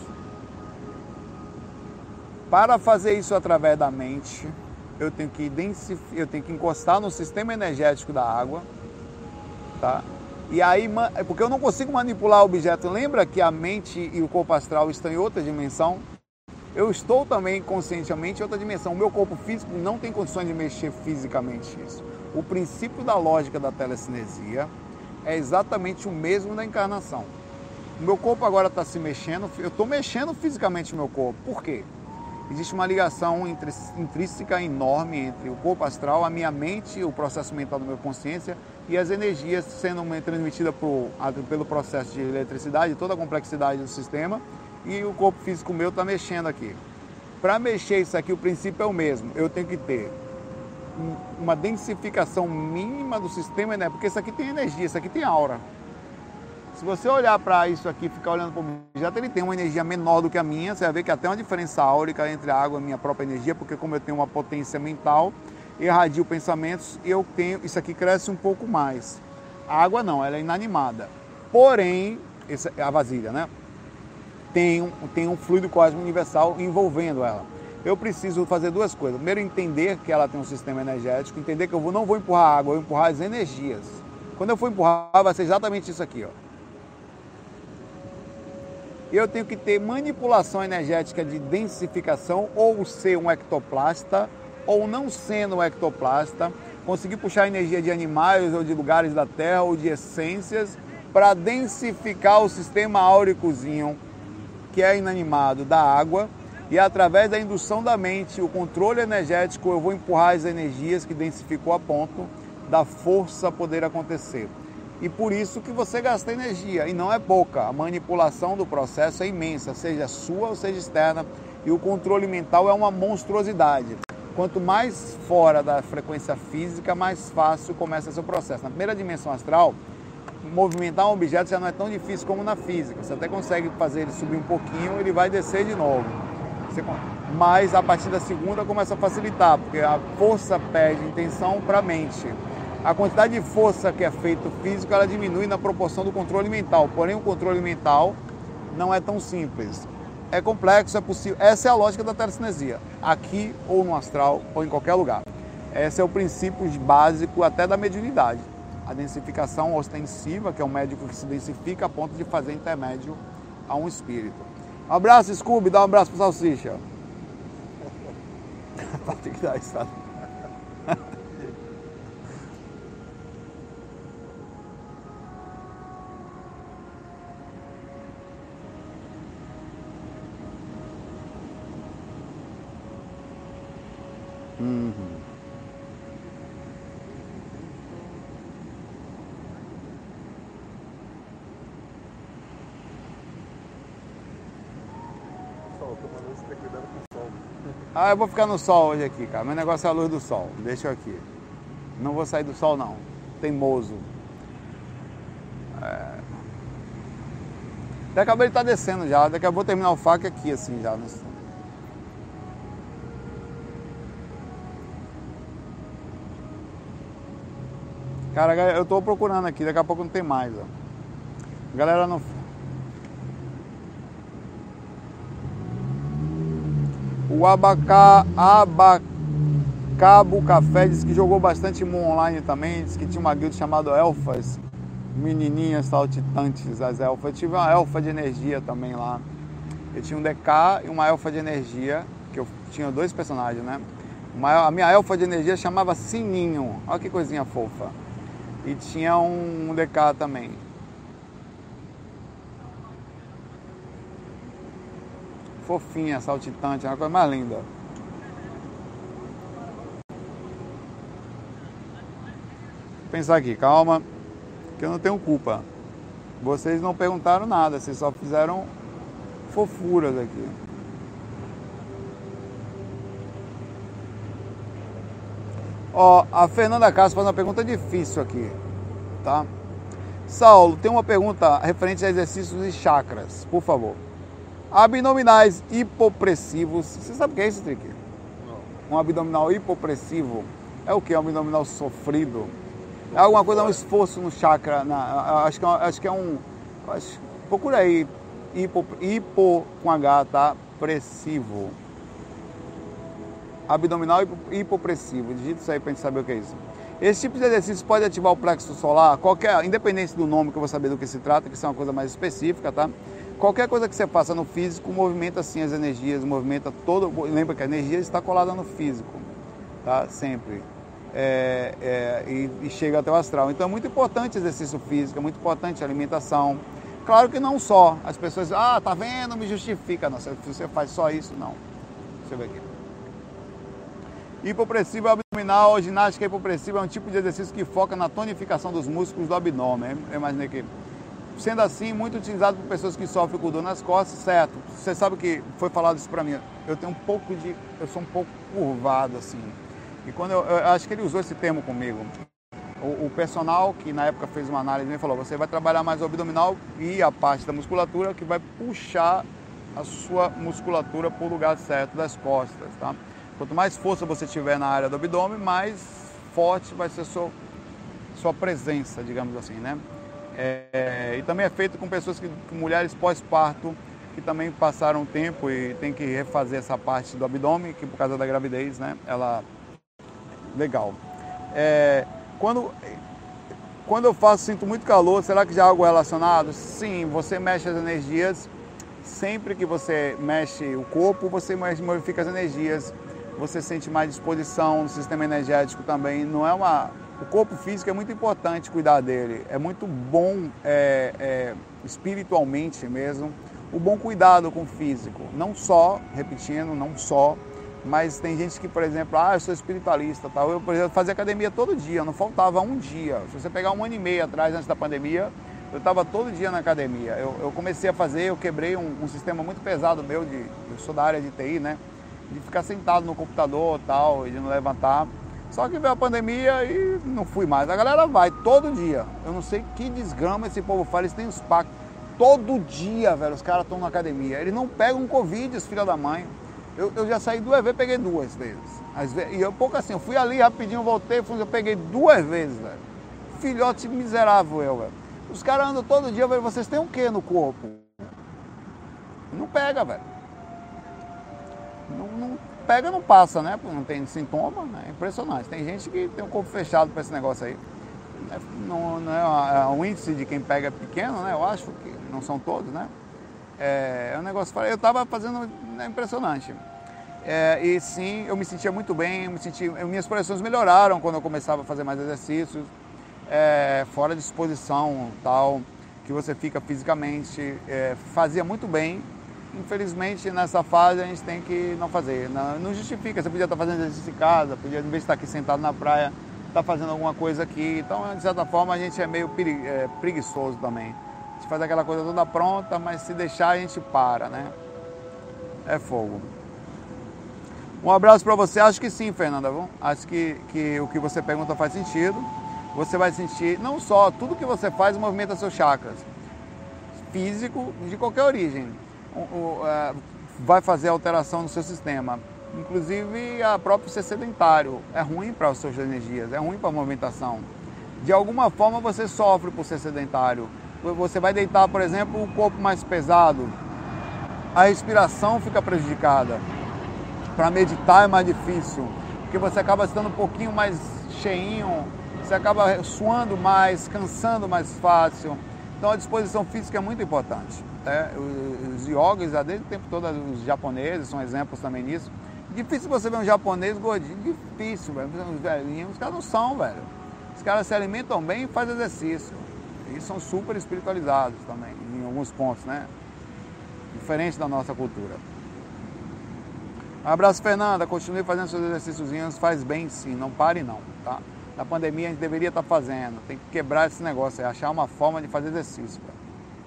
A: Para fazer isso através da mente, eu tenho que densificar, eu tenho que encostar no sistema energético da água, tá? E aí, porque eu não consigo manipular o objeto. Lembra que a mente e o corpo astral estão em outra dimensão? Eu estou também conscientemente em outra dimensão. O meu corpo físico não tem condições de mexer fisicamente isso. O princípio da lógica da telecinesia é exatamente o mesmo da encarnação. O meu corpo agora está se mexendo, eu estou mexendo fisicamente o meu corpo. Por quê? Existe uma ligação intrínseca enorme entre o corpo astral, a minha mente, o processo mental da minha consciência e as energias sendo transmitidas por, pelo processo de eletricidade, toda a complexidade do sistema, e o corpo físico meu está mexendo aqui. Para mexer isso aqui, o princípio é o mesmo. Eu tenho que ter uma densificação mínima do sistema energético, porque isso aqui tem energia, isso aqui tem aura. Se você olhar para isso aqui, ficar olhando para o objeto, ele tem uma energia menor do que a minha. Você vai ver que até uma diferença áurica entre a água e a minha própria energia, porque como eu tenho uma potência mental, irradio pensamentos, eu tenho, isso aqui cresce um pouco mais. A água não, ela é inanimada. Porém, essa é a vasilha, né? Tem um, tem um fluido cósmico universal envolvendo ela. Eu preciso fazer duas coisas. Primeiro, entender que ela tem um sistema energético, entender que eu não vou empurrar água, eu vou empurrar as energias. Quando eu for empurrar, vai ser exatamente isso aqui, ó. Eu tenho que ter manipulação energética de densificação, ou ser um ectoplasta, ou não sendo um ectoplasta, conseguir puxar energia de animais, ou de lugares da terra, ou de essências, para densificar o sistema áuricozinho, que é inanimado, da água, e através da indução da mente, o controle energético, eu vou empurrar as energias que densificou a ponto da força poder acontecer. E por isso que você gasta energia, e não é pouca. A manipulação do processo é imensa, seja sua ou seja externa, e o controle mental é uma monstruosidade. Quanto mais fora da frequência física, mais fácil começa esse processo. Na primeira dimensão astral, movimentar um objeto já não é tão difícil como na física. Você até consegue fazer ele subir um pouquinho, ele vai descer de novo. Você mas a partir da segunda começa a facilitar, porque a força perde intenção para a mente. A quantidade de força que é feito físico, ela diminui na proporção do controle mental, porém o controle mental não é tão simples. É complexo, é possível. Essa é a lógica da telecinesia, aqui ou no astral ou em qualquer lugar. Esse é o princípio básico até da mediunidade. A densificação ostensiva, que é um médico que se densifica a ponto de fazer intermédio a um espírito. Um abraço, Scooby, dá um abraço pro Salsicha. Tem que dar isso, tá? Uhum.
B: Sol, tô mandando você ter cuidado com o sol.
A: Ah, eu vou ficar no sol hoje aqui, cara. Meu negócio é a luz do sol. Deixa eu aqui. Não vou sair do sol, não. Teimoso. É... Até acabei de estar descendo já. Daqui a pouco vou terminar o fac aqui, assim, já. Cara, eu tô procurando aqui. Daqui a pouco não tem mais, ó. Galera não... O Abacá, Abacabo Café disse que jogou bastante Moon Online também. Disse que tinha uma guild chamada Elfas. Menininhas saltitantes, as elfas. Eu tive uma elfa de energia também lá. Eu tinha um D K e uma elfa de energia. Que eu tinha dois personagens, né? Uma, a minha elfa de energia chamava Sininho. Olha que coisinha fofa. E tinha um, um D K também. Fofinha, saltitante, é uma coisa mais linda. Vou pensar aqui, calma, que eu não tenho culpa. Vocês não perguntaram nada, vocês só fizeram fofuras aqui. Ó, a Fernanda Castro faz uma pergunta difícil aqui, tá? Saulo, tem uma pergunta referente a exercícios e chakras, por favor. Abdominais hipopressivos. Você sabe o que é isso, Trick? Não. Um abdominal hipopressivo é o que? Um abdominal sofrido? É alguma coisa, um esforço no chakra. Na, acho, que é, acho que é um. Acho, procura aí. Hipo, hipo com H, tá? Pressivo. Abdominal hipopressivo. Digita isso aí pra gente saber o que é isso. Esse tipo de exercício pode ativar o plexo solar, qualquer, independente do nome, que eu vou saber do que se trata, que isso é uma coisa mais específica, tá? Qualquer coisa que você faça no físico, movimenta assim as energias, movimenta todo... Lembra que a energia está colada no físico, tá? Sempre. É, é, e, e chega até o astral. Então é muito importante exercício físico, é muito importante a alimentação. Claro que não só. As pessoas, ah, tá vendo, me justifica. Não, se você faz só isso, não. Deixa eu ver aqui. Hipopressivo abdominal, ginástica hipopressiva é um tipo de exercício que foca na tonificação dos músculos do abdômen. Eu imaginei que... Sendo assim, muito utilizado por pessoas que sofrem com dor nas costas, certo? Você sabe que foi falado isso pra mim. Eu tenho um pouco de... Eu sou um pouco curvado, assim. E quando eu... Eu acho que ele usou esse termo comigo. O, o personal, que na época fez uma análise, me falou, você vai trabalhar mais o abdominal e a parte da musculatura que vai puxar a sua musculatura para o lugar certo das costas, tá? Quanto mais força você tiver na área do abdômen, mais forte vai ser a sua, sua presença, digamos assim, né? É, e também é feito com pessoas, que, com mulheres pós-parto, que também passaram tempo e tem que refazer essa parte do abdômen, que por causa da gravidez, né? Ela... Legal. É, quando, quando eu faço, sinto muito calor, será que já é algo relacionado? Sim, você mexe as energias. Sempre que você mexe o corpo, você modifica as energias. Você sente mais disposição no sistema energético também. Não é uma... O corpo físico é muito importante cuidar dele. É muito bom, é, é, espiritualmente mesmo, o bom cuidado com o físico. Não só, repetindo, não só, mas tem gente que, por exemplo, ah, eu sou espiritualista, tal. Eu, por exemplo, fazia academia todo dia, não faltava um dia. Se você pegar um ano e meio atrás, antes da pandemia, eu estava todo dia na academia. Eu, eu comecei a fazer, eu quebrei um, um sistema muito pesado meu, de, eu sou da área de T I, né? De ficar sentado no computador e tal, e de não levantar. Só que veio a pandemia e não fui mais. A galera vai todo dia. Eu não sei que desgrama esse povo faz, eles têm os pactos. Todo dia, velho, os caras estão na academia. Eles não pegam Covid, os filhos da mãe. Eu, eu já saí duas vezes, peguei duas vezes. Às vezes e eu pouco assim, eu fui ali rapidinho, voltei, fui, eu peguei duas vezes, velho. Filhote miserável eu, velho. Os caras andam todo dia, velho, vocês têm o quê no corpo? Não pega, velho. Não, não pega, não passa, né? Não tem sintoma, né? É impressionante. Tem gente que tem o corpo fechado para esse negócio aí. Não, não é, o índice de quem pega é pequeno, né? Eu acho que não são todos, né? É, é um negócio, eu estava fazendo, é impressionante. É, e sim, eu me sentia muito bem, eu me senti, eu, minhas projeções melhoraram quando eu começava a fazer mais exercícios, é, fora de exposição, tal, que você fica fisicamente, é, fazia muito bem. Infelizmente, nessa fase a gente tem que não fazer, não, não justifica, você podia estar fazendo exercício em casa, podia, em vez de estar aqui sentado na praia, estar fazendo alguma coisa aqui. Então, de certa forma, a gente é meio é, preguiçoso também. A gente faz aquela coisa toda pronta, mas se deixar a gente para, né? É fogo. Um abraço para você. Acho que sim, Fernanda. Viu? Acho que, que o que você pergunta faz sentido. Você vai sentir, não só, tudo que você faz movimenta seus chakras. Físico, de qualquer origem. O, o, é, vai fazer alteração no seu sistema. Inclusive, a próprio ser sedentário. É ruim para as suas energias, é ruim para a movimentação. De alguma forma, você sofre por ser sedentário. Você vai deitar, por exemplo, o corpo mais pesado. A respiração fica prejudicada. Para meditar é mais difícil, porque você acaba estando um pouquinho mais cheinho, você acaba suando mais, cansando mais fácil. Então a disposição física é muito importante. Né? Os yogis, já desde o tempo todo, os japoneses são exemplos também nisso. Difícil você ver um japonês gordinho, difícil, velho. Os velhinhos, os caras não são, velho. Os caras se alimentam bem e fazem exercício. E são super espiritualizados também, em alguns pontos, né? Diferente da nossa cultura. Um abraço, Fernanda. Continue fazendo seus exercíciozinhos, faz bem sim, não pare não, tá? Na pandemia a gente deveria estar fazendo, tem que quebrar esse negócio, é achar uma forma de fazer exercício, cara.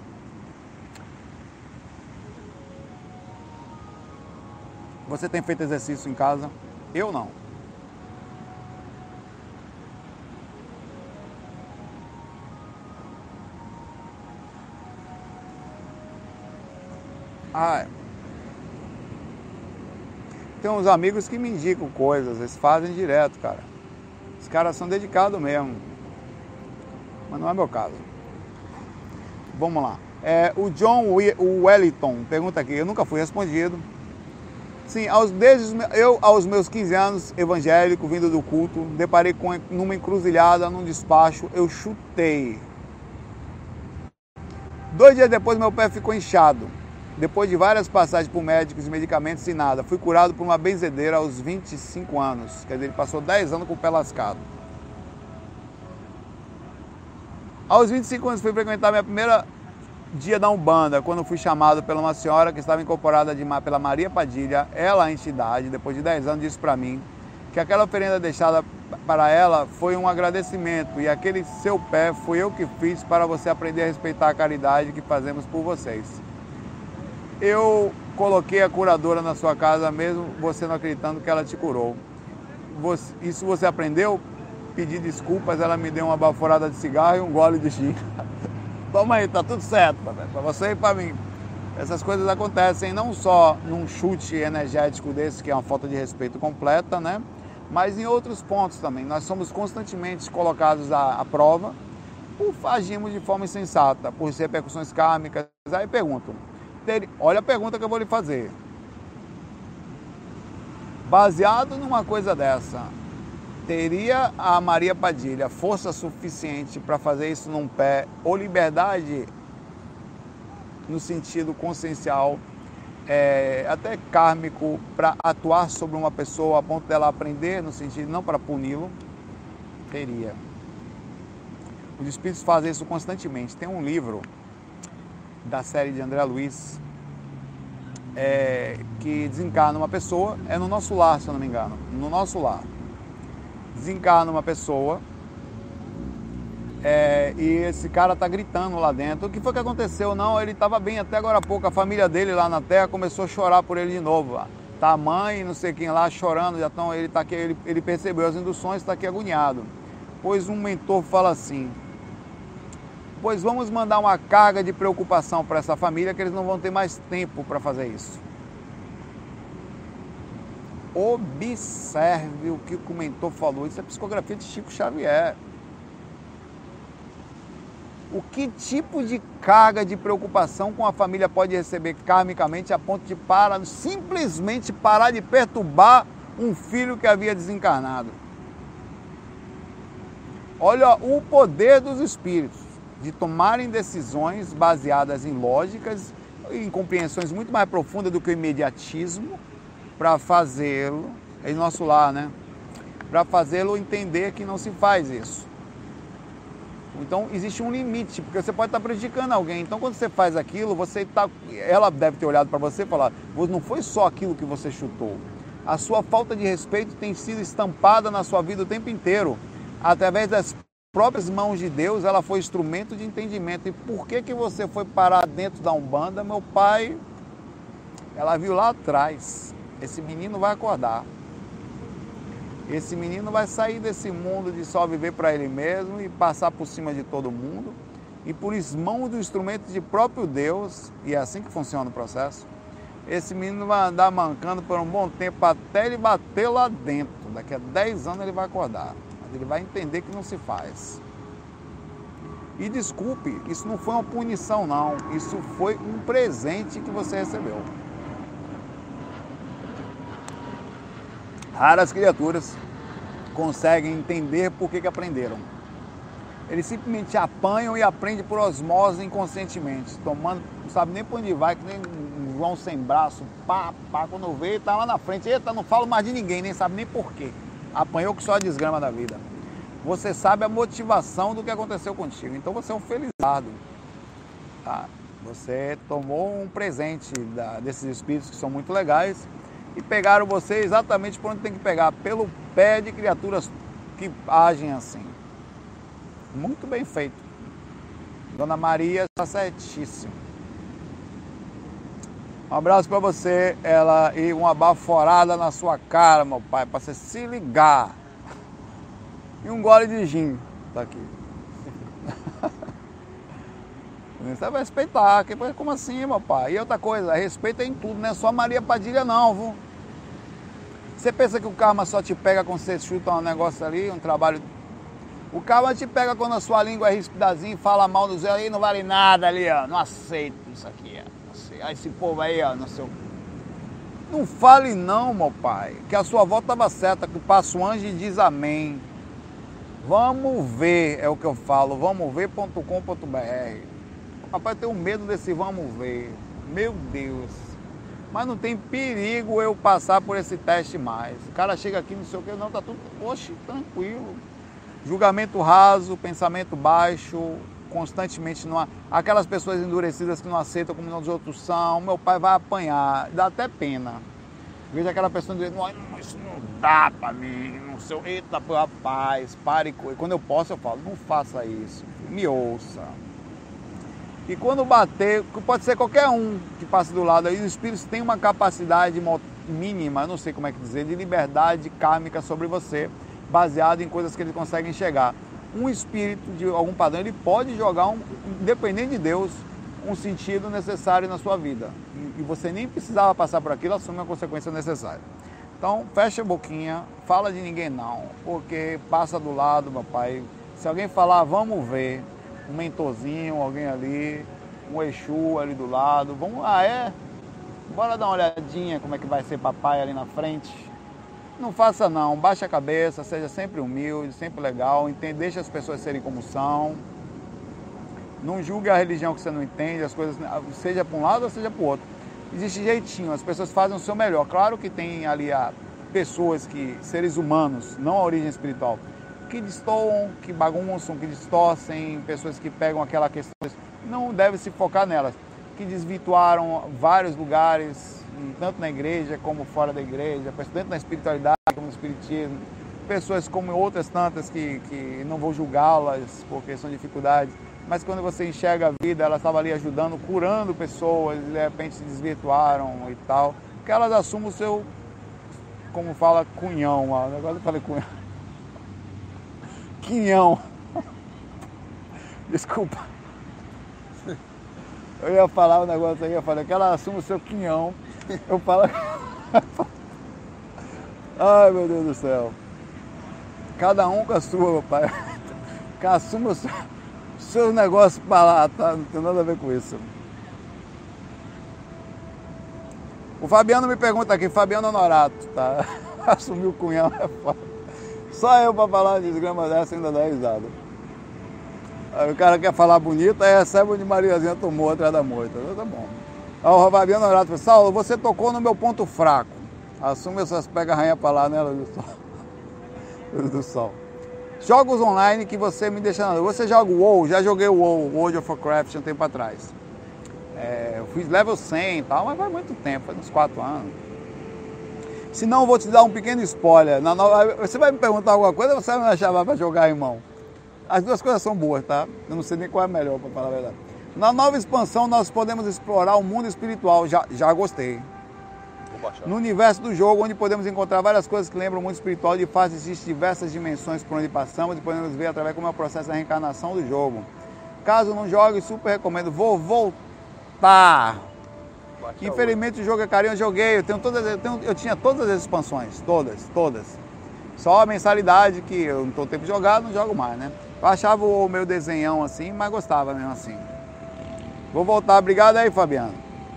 A: Você tem feito exercício em casa? Eu não. Ah, tem uns amigos que me indicam coisas, eles fazem direto, cara. Os caras são dedicados mesmo. Mas não é meu caso. Vamos lá. É, o John Wellington pergunta aqui, eu nunca fui respondido. Sim, aos, desde eu aos meus quinze anos, evangélico, vindo do culto, deparei com numa encruzilhada, num despacho, eu chutei. Dois dias depois meu pé ficou inchado. Depois de várias passagens por médicos e medicamentos e nada, fui curado por uma benzedeira aos vinte e cinco anos. Quer dizer, ele passou dez anos com o pé lascado. Aos vinte e cinco anos fui frequentar minha primeira dia da Umbanda, quando fui chamado pela uma senhora que estava incorporada de, pela Maria Padilha. Ela, a entidade, depois de dez anos, disse para mim que aquela oferenda deixada para ela foi um agradecimento e aquele seu pé foi eu que fiz para você aprender a respeitar a caridade que fazemos por vocês. Eu coloquei a curadora na sua casa, mesmo você não acreditando que ela te curou. Você, isso você aprendeu? Pedi desculpas, ela me deu uma baforada de cigarro e um gole de gin. Toma aí, tá tudo certo, para você e para mim. Essas coisas acontecem não só num chute energético desse, que é uma falta de respeito completa, né? Mas em outros pontos também. Nós somos constantemente colocados à, à prova por agirmos de forma insensata, por repercussões kármicas. Aí pergunto, ter, olha a pergunta que eu vou lhe fazer. Baseado numa coisa dessa, teria a Maria Padilha força suficiente para fazer isso num pé, ou liberdade no sentido consciencial, é, até kármico, para atuar sobre uma pessoa a ponto dela aprender, no sentido não para puni-lo? Teria. Os espíritos fazem isso constantemente. Tem um livro da série de André Luiz, é, que desencarna uma pessoa, é no nosso lar, se eu não me engano, no nosso lar. Desencarna uma pessoa, é, e esse cara tá gritando lá dentro. O que foi que aconteceu? Não, ele estava bem até agora há pouco, a família dele lá na Terra começou a chorar por ele de novo. Tá a mãe e não sei quem lá chorando, já tão, ele, tá aqui, ele, ele percebeu as induções, está aqui agoniado. Pois um mentor fala assim, pois vamos mandar uma carga de preocupação para essa família, que eles não vão ter mais tempo para fazer isso. Observe o que o mentor falou. Isso é psicografia de Chico Xavier. O que tipo de carga de preocupação com a família pode receber karmicamente a ponto de parar, simplesmente parar de perturbar um filho que havia desencarnado? Olha o poder dos espíritos de tomarem decisões baseadas em lógicas, em compreensões muito mais profundas do que o imediatismo, para fazê-lo, é nosso lar, né? Para fazê-lo entender que não se faz isso. Então existe um limite, porque você pode estar prejudicando alguém. Então quando você faz aquilo, você tá, ela deve ter olhado para você e falar, não foi só aquilo que você chutou. A sua falta de respeito tem sido estampada na sua vida o tempo inteiro. Através das próprias mãos de Deus, ela foi instrumento de entendimento. E por que que você foi parar dentro da Umbanda? Meu pai, ela viu lá atrás, esse menino vai acordar. Esse menino vai sair desse mundo de só viver para ele mesmo e passar por cima de todo mundo. E por mão do instrumento de próprio Deus, e é assim que funciona o processo, esse menino vai andar mancando por um bom tempo até ele bater lá dentro. Daqui a dez anos ele vai acordar. Mas ele vai entender que não se faz. E desculpe, isso não foi uma punição não. Isso foi um presente que você recebeu. Raras criaturas conseguem entender por que que aprenderam. Eles simplesmente apanham e aprendem por osmose inconscientemente, tomando, não sabe nem por onde vai, que nem um João sem braço, pá, pá, quando vê, tá lá na frente, eita, não falo mais de ninguém, nem sabe nem por quê. Apanhou que só a desgrama da vida. Você sabe a motivação do que aconteceu contigo, então você é um felizardo. Tá? Você tomou um presente da, desses espíritos que são muito legais, e pegaram você exatamente por onde tem que pegar, pelo pé de criaturas que agem assim. Muito bem feito. Dona Maria está certíssima. Um abraço para você, ela, e uma baforada na sua cara, meu pai, para você se ligar. E um gole de gin, tá aqui. Você vai respeitar, como assim, meu pai? E outra coisa, respeita em tudo, não é só Maria Padilha não, viu? Você pensa que o karma só te pega quando você chuta um negócio ali, um trabalho... O karma te pega quando a sua língua é rispidazinha e fala mal do Zé, aí não vale nada ali, ó, não aceito isso aqui, ó. Esse povo aí, ó, não sei o... Não fale não, meu pai, que a sua avó estava certa, que passa o anjo e diz amém. Vamos ver, é o que eu falo, vamos ver ponto com ponto b r. Rapaz, eu tenho medo desse vamos ver. Meu Deus. Mas não tem perigo eu passar por esse teste mais. O cara chega aqui, não sei o que, não, tá tudo, oxe, tranquilo. Julgamento raso, pensamento baixo, constantemente não há... Aquelas pessoas endurecidas que não aceitam como os outros são, meu pai vai apanhar, dá até pena. Veja aquela pessoa dizendo, não, isso não dá pra mim, não sei, eita, rapaz, pare. Quando eu posso eu falo, não faça isso, me ouça. E quando bater, pode ser qualquer um que passe do lado aí, os espíritos têm uma capacidade mínima, não sei como é que dizer, de liberdade kármica sobre você, baseado em coisas que eles conseguem enxergar. Um espírito de algum padrão, ele pode jogar, um, independente de Deus, um sentido necessário na sua vida. E você nem precisava passar por aquilo, assume a consequência necessária. Então, fecha a boquinha, fala de ninguém não, porque passa do lado, papai. Se alguém falar, vamos ver, um mentorzinho, alguém ali, um Exu ali do lado, vamos, ah é? Bora dar uma olhadinha como é que vai ser papai ali na frente. Não faça não, baixe a cabeça, seja sempre humilde, sempre legal, entende, deixe as pessoas serem como são. Não julgue a religião que você não entende, as coisas, seja para um lado ou seja para o outro. Existe jeitinho, as pessoas fazem o seu melhor. Claro que tem ali a pessoas, que, seres humanos, não a origem espiritual, que destoam, que bagunçam, que distorcem, pessoas que pegam aquela questão, não deve se focar nelas, que desvirtuaram vários lugares, tanto na igreja como fora da igreja, tanto na espiritualidade como no espiritismo, pessoas como outras tantas que, que não vou julgá-las porque são dificuldades, mas quando você enxerga a vida, elas estavam ali ajudando, curando pessoas, e de repente se desvirtuaram e tal, que elas assumem o seu, como fala, cunhão, agora eu falei cunhão, quinhão, desculpa, eu ia falar um negócio aí, eu falei que ela assume o seu quinhão, eu falo, Ai, meu Deus do céu. Cada um com a sua, pai. Assuma os seus negócios para lá, tá? Não tem nada a ver com isso. O Fabiano me pergunta aqui, Fabiano Honorato, tá? Assumiu o cunhão, é foda. Só eu para falar de desgrama dessa ainda dá risada. Aí o cara quer falar bonito, aí recebe onde Mariazinha tomou atrás da moita. Tá bom. Aí o Fabiano Honorato falou, Saulo, você tocou no meu ponto fraco. Assume essas pega-ranha para lá, né, Luz do Sol? Luz do Sol. Jogos online que você me deixa na dúvida. Você joga o WoW? Já joguei o WoW, World of Warcraft, um tempo atrás. É, eu fiz level cem e tal, mas faz muito tempo, faz uns quatro anos. Se não, eu vou te dar um pequeno spoiler. Na nova, você vai me perguntar alguma coisa ou você vai me chamar para jogar, irmão? As duas coisas são boas, tá? Eu não sei nem qual é melhor, para falar a verdade. Na nova expansão, nós podemos explorar o mundo espiritual. Já, já gostei. No universo do jogo, onde podemos encontrar várias coisas que lembram o mundo espiritual, de fato existem diversas dimensões por onde passamos e podemos ver através como é o processo da reencarnação do jogo. Caso não jogue, super recomendo. Vou voltar. Infelizmente o jogo é carinho, eu joguei, eu, tenho todas, eu, tenho, eu tinha todas as expansões, todas, todas. Só a mensalidade que eu não estou tempo de jogar, não jogo mais, né? Eu achava o meu desenhão assim, mas gostava mesmo assim. Vou voltar, obrigado aí, Fabiano.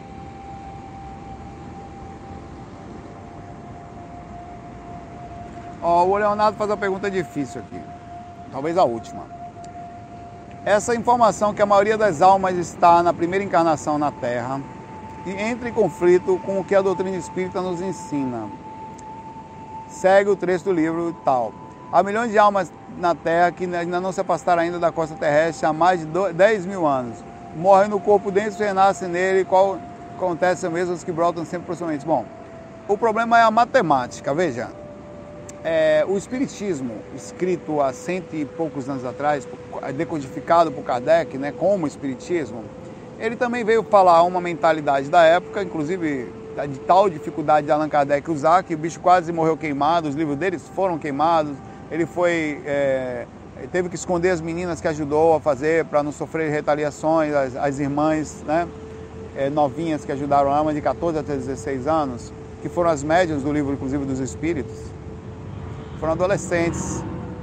A: Ó, o Leonardo faz uma pergunta difícil aqui, talvez a última. Essa informação que a maioria das almas está na primeira encarnação na Terra e entra em conflito com o que a doutrina espírita nos ensina. Segue o trecho do livro e tal. Há milhões de almas na Terra que ainda não se afastaram ainda da costa terrestre há mais de dez mil anos. Morrem no corpo dentro e renascem nele, qual acontece mesmo os que brotam sempre proximamente. Bom, o problema é a matemática, veja. É, o Espiritismo, escrito há cento e poucos anos atrás, decodificado por Kardec, né, como Espiritismo, ele também veio falar uma mentalidade da época, inclusive de tal dificuldade de Allan Kardec usar, que o bicho quase morreu queimado, os livros deles foram queimados, ele foi, é, teve que esconder as meninas que ajudou a fazer para não sofrer retaliações, as, as irmãs, né, é, novinhas que ajudaram a alma de quatorze até dezesseis anos, que foram as médiuns do livro, inclusive, dos Espíritos. Foram adolescentes.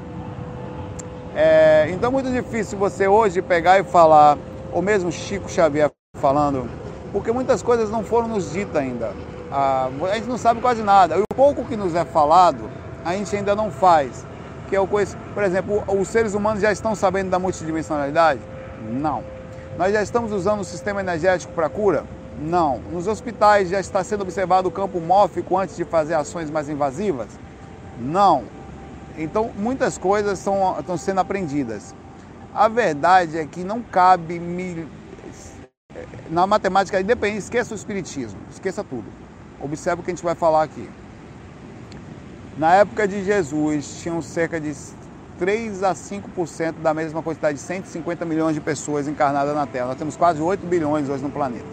A: É, então é muito difícil você hoje pegar e falar, ou mesmo Chico Xavier falando, porque muitas coisas não foram nos ditas ainda. A, a gente não sabe quase nada. E o pouco que nos é falado, a gente ainda não faz. Que é o coisa, por exemplo, os seres humanos já estão sabendo da multidimensionalidade? Não. Nós já estamos usando o sistema energético para cura? Não. Nos hospitais já está sendo observado o campo mórfico antes de fazer ações mais invasivas? Não. Então, muitas coisas estão, estão sendo aprendidas. A verdade é que não cabe... Mil... Na matemática, independente, esqueça o espiritismo, esqueça tudo. Observe o que a gente vai falar aqui. Na época de Jesus, tinham cerca de três a cinco por cento da mesma quantidade de cento e cinquenta milhões de pessoas encarnadas na Terra. Nós temos quase oito bilhões hoje no planeta.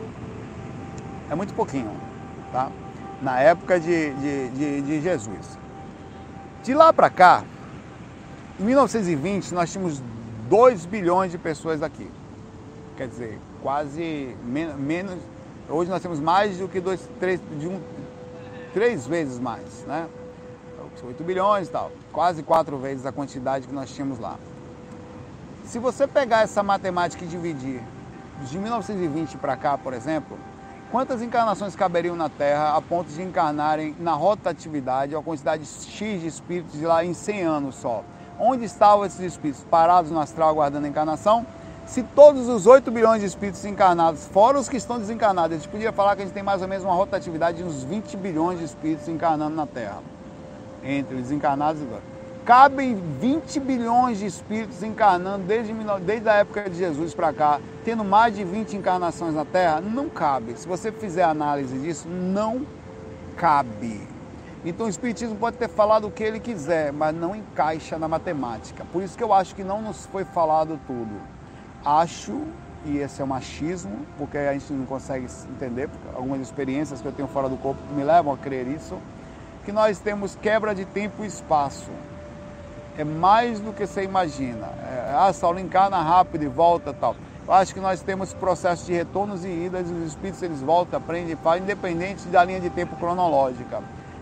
A: É muito pouquinho, tá? Na época de, de, de, de Jesus. De lá para cá, em mil novecentos e vinte, nós tínhamos dois bilhões de pessoas aqui. Quer dizer, quase men menos... Hoje nós temos mais do que dois, três, de um, três vezes mais, né? oito bilhões e tal. Quase quatro vezes a quantidade que nós tínhamos lá. Se você pegar essa matemática e dividir de mil novecentos e vinte para cá, por exemplo, quantas encarnações caberiam na Terra a ponto de encarnarem na rotatividade a quantidade X de espíritos de lá em cem anos só? Onde estavam esses espíritos? Parados no astral aguardando a encarnação? Se todos os oito bilhões de espíritos encarnados, fora os que estão desencarnados, a gente podia falar que a gente tem mais ou menos uma rotatividade de uns vinte bilhões de espíritos encarnando na Terra. Entre os desencarnados e agora. Cabem vinte bilhões de espíritos encarnando desde, desde a época de Jesus para cá, tendo mais de vinte encarnações na Terra? Não cabe. Se você fizer análise disso, não cabe. Então o Espiritismo pode ter falado o que ele quiser, mas não encaixa na matemática. Por isso que eu acho que não nos foi falado tudo. Acho, e esse é um machismo, porque a gente não consegue entender, porque algumas experiências que eu tenho fora do corpo me levam a crer isso, que nós temos quebra de tempo e espaço. É mais do que você imagina. É, ah, Saulo, encarna rápido e volta tal. Eu acho que nós temos processo de retornos e idas, e os espíritos eles voltam, aprendem e fazem, independente da linha de tempo cronológica.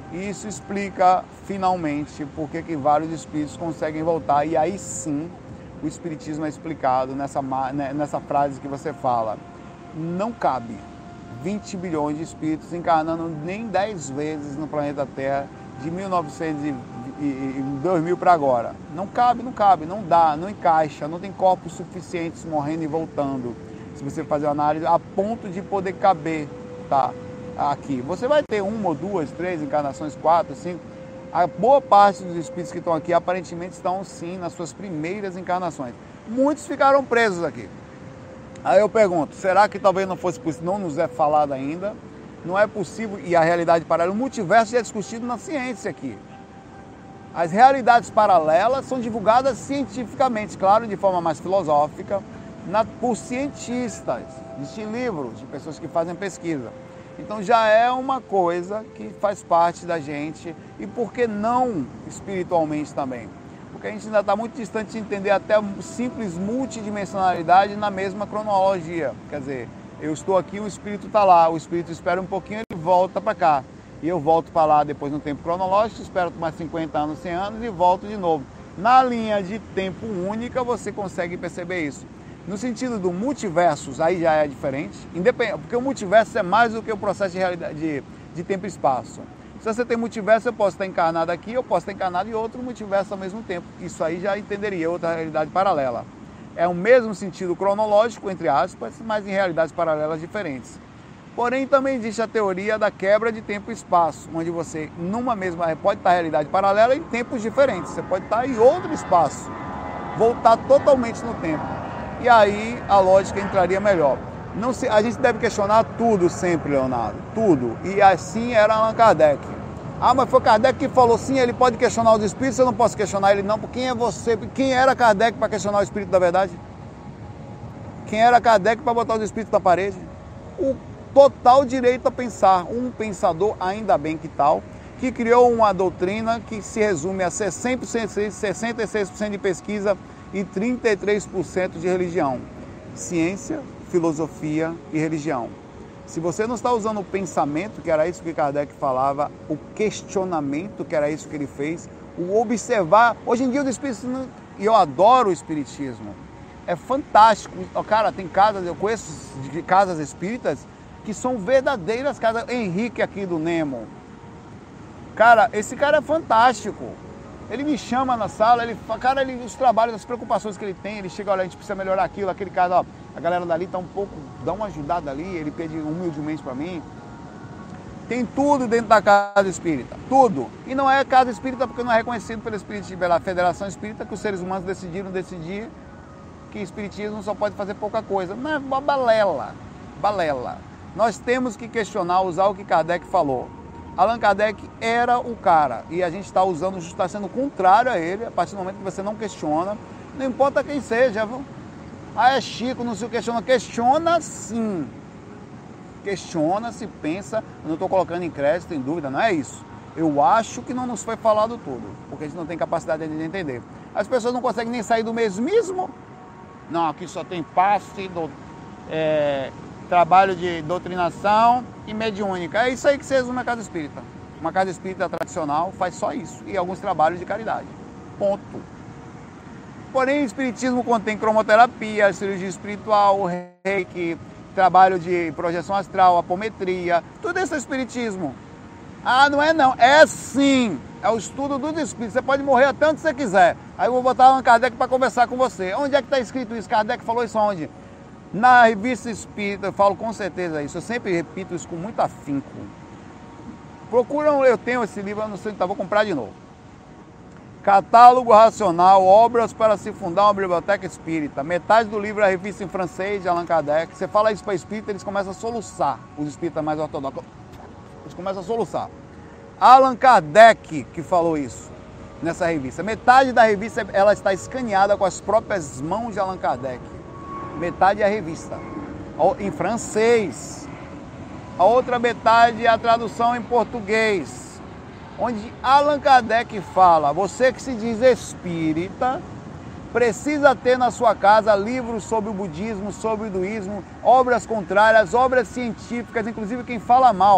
A: E isso explica, finalmente, por que vários espíritos conseguem voltar. E aí sim, o espiritismo é explicado nessa, nessa frase que você fala. Não cabe vinte bilhões de espíritos encarnando nem dez vezes no planeta Terra, de mil e novecentos e dois mil para agora. Não cabe, não cabe, não dá, não encaixa, não tem corpos suficientes morrendo e voltando. Se você fazer uma análise, a ponto de poder caber, tá? Aqui. Você vai ter uma ou duas, três encarnações, quatro, cinco. A boa parte dos espíritos que estão aqui aparentemente estão sim nas suas primeiras encarnações. Muitos ficaram presos aqui. Aí eu pergunto, será que talvez não fosse possível, não nos é falado ainda? Não é possível, e a realidade paralela, o multiverso já é discutido na ciência aqui. As realidades paralelas são divulgadas cientificamente, claro, de forma mais filosófica, na, por cientistas. Existem livros de pessoas que fazem pesquisa. Então já é uma coisa que faz parte da gente, e por que não espiritualmente também? Porque a gente ainda está muito distante de entender até a simples multidimensionalidade na mesma cronologia. Quer dizer, eu estou aqui, o espírito está lá, o espírito espera um pouquinho, ele volta para cá. E eu volto para lá depois no tempo cronológico, espero mais cinquenta anos, cem anos e volto de novo. Na linha de tempo única você consegue perceber isso. No sentido do multiversos, aí já é diferente, porque o multiverso é mais do que o processo de, realidade, de, de tempo e espaço. Se você tem multiverso, eu posso estar encarnado aqui, eu posso estar encarnado em outro multiverso ao mesmo tempo. Isso aí já entenderia outra realidade paralela. É o mesmo sentido cronológico, entre aspas, mas em realidades paralelas diferentes. Porém, também existe a teoria da quebra de tempo e espaço, onde você, numa mesma, pode estar em realidade paralela em tempos diferentes. Você pode estar em outro espaço, voltar totalmente no tempo. E aí a lógica entraria melhor. Não se, a gente deve questionar tudo sempre, Leonardo, tudo. E assim era Allan Kardec. Ah, mas foi Kardec que falou sim, ele pode questionar os espíritos, eu não posso questionar ele não, porque quem é você? Quem era Kardec para questionar o espírito da verdade? Quem era Kardec para botar os espíritos na parede? O total direito a pensar, um pensador, ainda bem que tal, que criou uma doutrina que se resume a sessenta e seis por cento de pesquisa e trinta e três por cento de religião. Ciência, filosofia e religião. Se você não está usando o pensamento, que era isso que Kardec falava, o questionamento, que era isso que ele fez, o observar. Hoje em dia o espiritismo, e eu adoro o espiritismo, é fantástico. Cara, tem casas, eu conheço de casas espíritas que são verdadeiras casas. Henrique aqui do Nemo. Cara, esse cara é fantástico. Ele me chama na sala, ele fala, cara, ele, os trabalhos, as preocupações que ele tem, ele chega, olha, a gente precisa melhorar aquilo, aquele cara, ó, a galera dali tá um pouco, dá uma ajudada ali, ele pede humildemente para mim. Tem tudo dentro da casa espírita, tudo. E não é casa espírita porque não é reconhecido pela, espírita, pela Federação Espírita, que os seres humanos decidiram decidir que espiritismo só pode fazer pouca coisa. Não é uma balela, balela. Nós temos que questionar, usar o que Kardec falou. Allan Kardec era o cara, e a gente está usando, está sendo contrário a ele, a partir do momento que você não questiona, não importa quem seja, viu? Ah, é Chico, não se questiona, questiona sim, questiona, se pensa, eu não estou colocando em crédito, em dúvida, não é isso. Eu acho que não nos foi falado tudo, porque a gente não tem capacidade de entender. As pessoas não conseguem nem sair do mesmismo, não, aqui só tem passe, do, é, trabalho de doutrinação e mediúnica. É isso aí que se resume a casa espírita. Uma casa espírita tradicional faz só isso e alguns trabalhos de caridade. Ponto. Porém, o espiritismo contém cromoterapia, cirurgia espiritual, reiki, trabalho de projeção astral, apometria, tudo isso é espiritismo. Ah, não é não, é sim. É o estudo dos espíritos. Você pode morrer até onde você quiser. Aí eu vou botar Allan Kardec para conversar com você. Onde é que está escrito isso? Kardec falou isso onde? Na Revista Espírita, eu falo com certeza isso, eu sempre repito isso com muito afinco. Procuram, eu tenho esse livro, eu não sei, então vou comprar de novo. Catálogo Racional, Obras para se fundar uma biblioteca espírita. Metade do livro é a revista em francês de Allan Kardec. Você fala isso para espírita, eles começam a soluçar, os espíritas mais ortodoxos. Eles começam a soluçar. Allan Kardec que falou isso nessa revista. Metade da revista ela está escaneada com as próprias mãos de Allan Kardec. Metade é a revista, em francês. A outra metade é a tradução em português, onde Allan Kardec fala, você que se diz espírita, precisa ter na sua casa livros sobre o budismo, sobre o hinduísmo, obras contrárias, obras científicas, inclusive quem fala mal.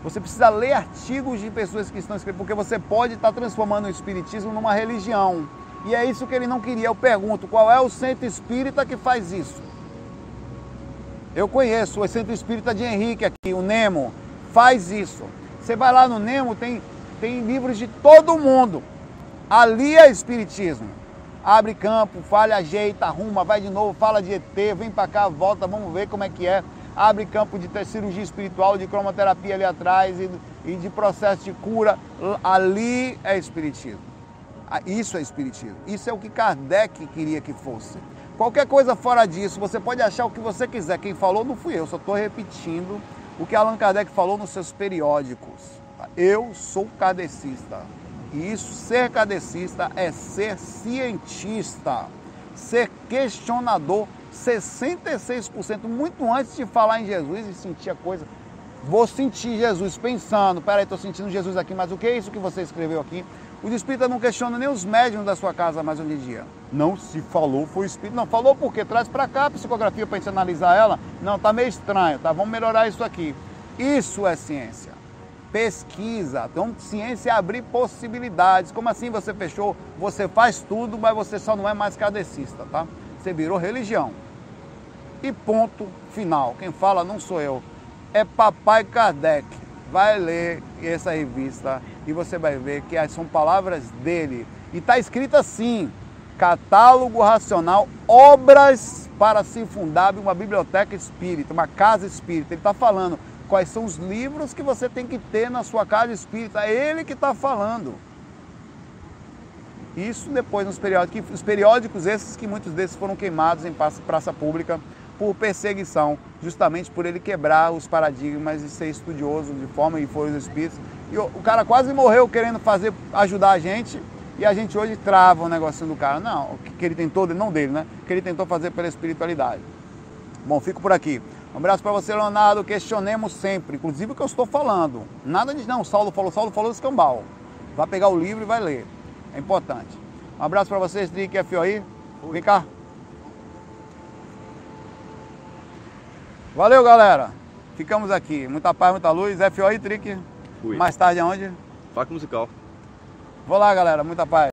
A: Você precisa ler artigos de pessoas que estão escrevendo, porque você pode estar transformando o espiritismo numa religião. E é isso que ele não queria. Eu pergunto, qual é o centro espírita que faz isso? Eu conheço o centro espírita de Henrique aqui, o Nemo, faz isso. Você vai lá no Nemo, tem, tem livros de todo mundo. Ali é espiritismo. Abre campo, falha, ajeita, arruma, vai de novo, fala de E T, vem pra cá, volta, vamos ver como é que é. Abre campo de cirurgia espiritual, de cromoterapia ali atrás e, e de processo de cura. Ali é espiritismo. Isso é espiritismo. Isso é o que Kardec queria que fosse. Qualquer coisa fora disso, você pode achar o que você quiser. Quem falou não fui eu, só estou repetindo o que Allan Kardec falou nos seus periódicos. Eu sou kardecista. E isso, ser kardecista é ser cientista, ser questionador. sessenta e seis por cento, muito antes de falar em Jesus e sentir a coisa, vou sentir Jesus pensando, peraí, estou sentindo Jesus aqui, mas o que é isso que você escreveu aqui? O espírita não questiona nem os médiuns da sua casa mais hoje em dia. Não, se falou, foi o espírito. Não, falou por quê? Traz para cá a psicografia para a gente analisar ela. Não, tá meio estranho, tá? Vamos melhorar isso aqui. Isso é ciência. Pesquisa. Então, ciência é abrir possibilidades. Como assim você fechou? Você faz tudo, mas você só não é mais kardecista, tá? Você virou religião. E ponto final. Quem fala não sou eu. É Papai Kardec. Vai ler essa revista e você vai ver que são palavras dele. E está escrito assim, Catálogo Racional, Obras para se fundar uma biblioteca espírita, uma casa espírita. Ele está falando quais são os livros que você tem que ter na sua casa espírita. É ele que está falando. Isso depois nos periódicos, os periódicos esses que muitos desses foram queimados em praça, praça pública por perseguição, justamente por ele quebrar os paradigmas e ser estudioso de forma e foi os espíritos. E o, o cara quase morreu querendo fazer, ajudar a gente e a gente hoje trava o negocinho do cara. Não, o que ele tentou, não dele, né? O que ele tentou fazer pela espiritualidade. Bom, fico por aqui. Um abraço para você, Leonardo. Questionemos sempre, inclusive o que eu estou falando. Nada de não, Saulo falou, Saulo falou do escambau. Vai pegar o livro e vai ler. É importante. Um abraço para vocês, Trick F O I. Vem cá. Valeu, galera. Ficamos aqui. Muita paz, muita luz. F O I, Trick.
B: Fui.
A: Mais tarde aonde?
B: Faca musical.
A: Vou lá, galera. Muita paz.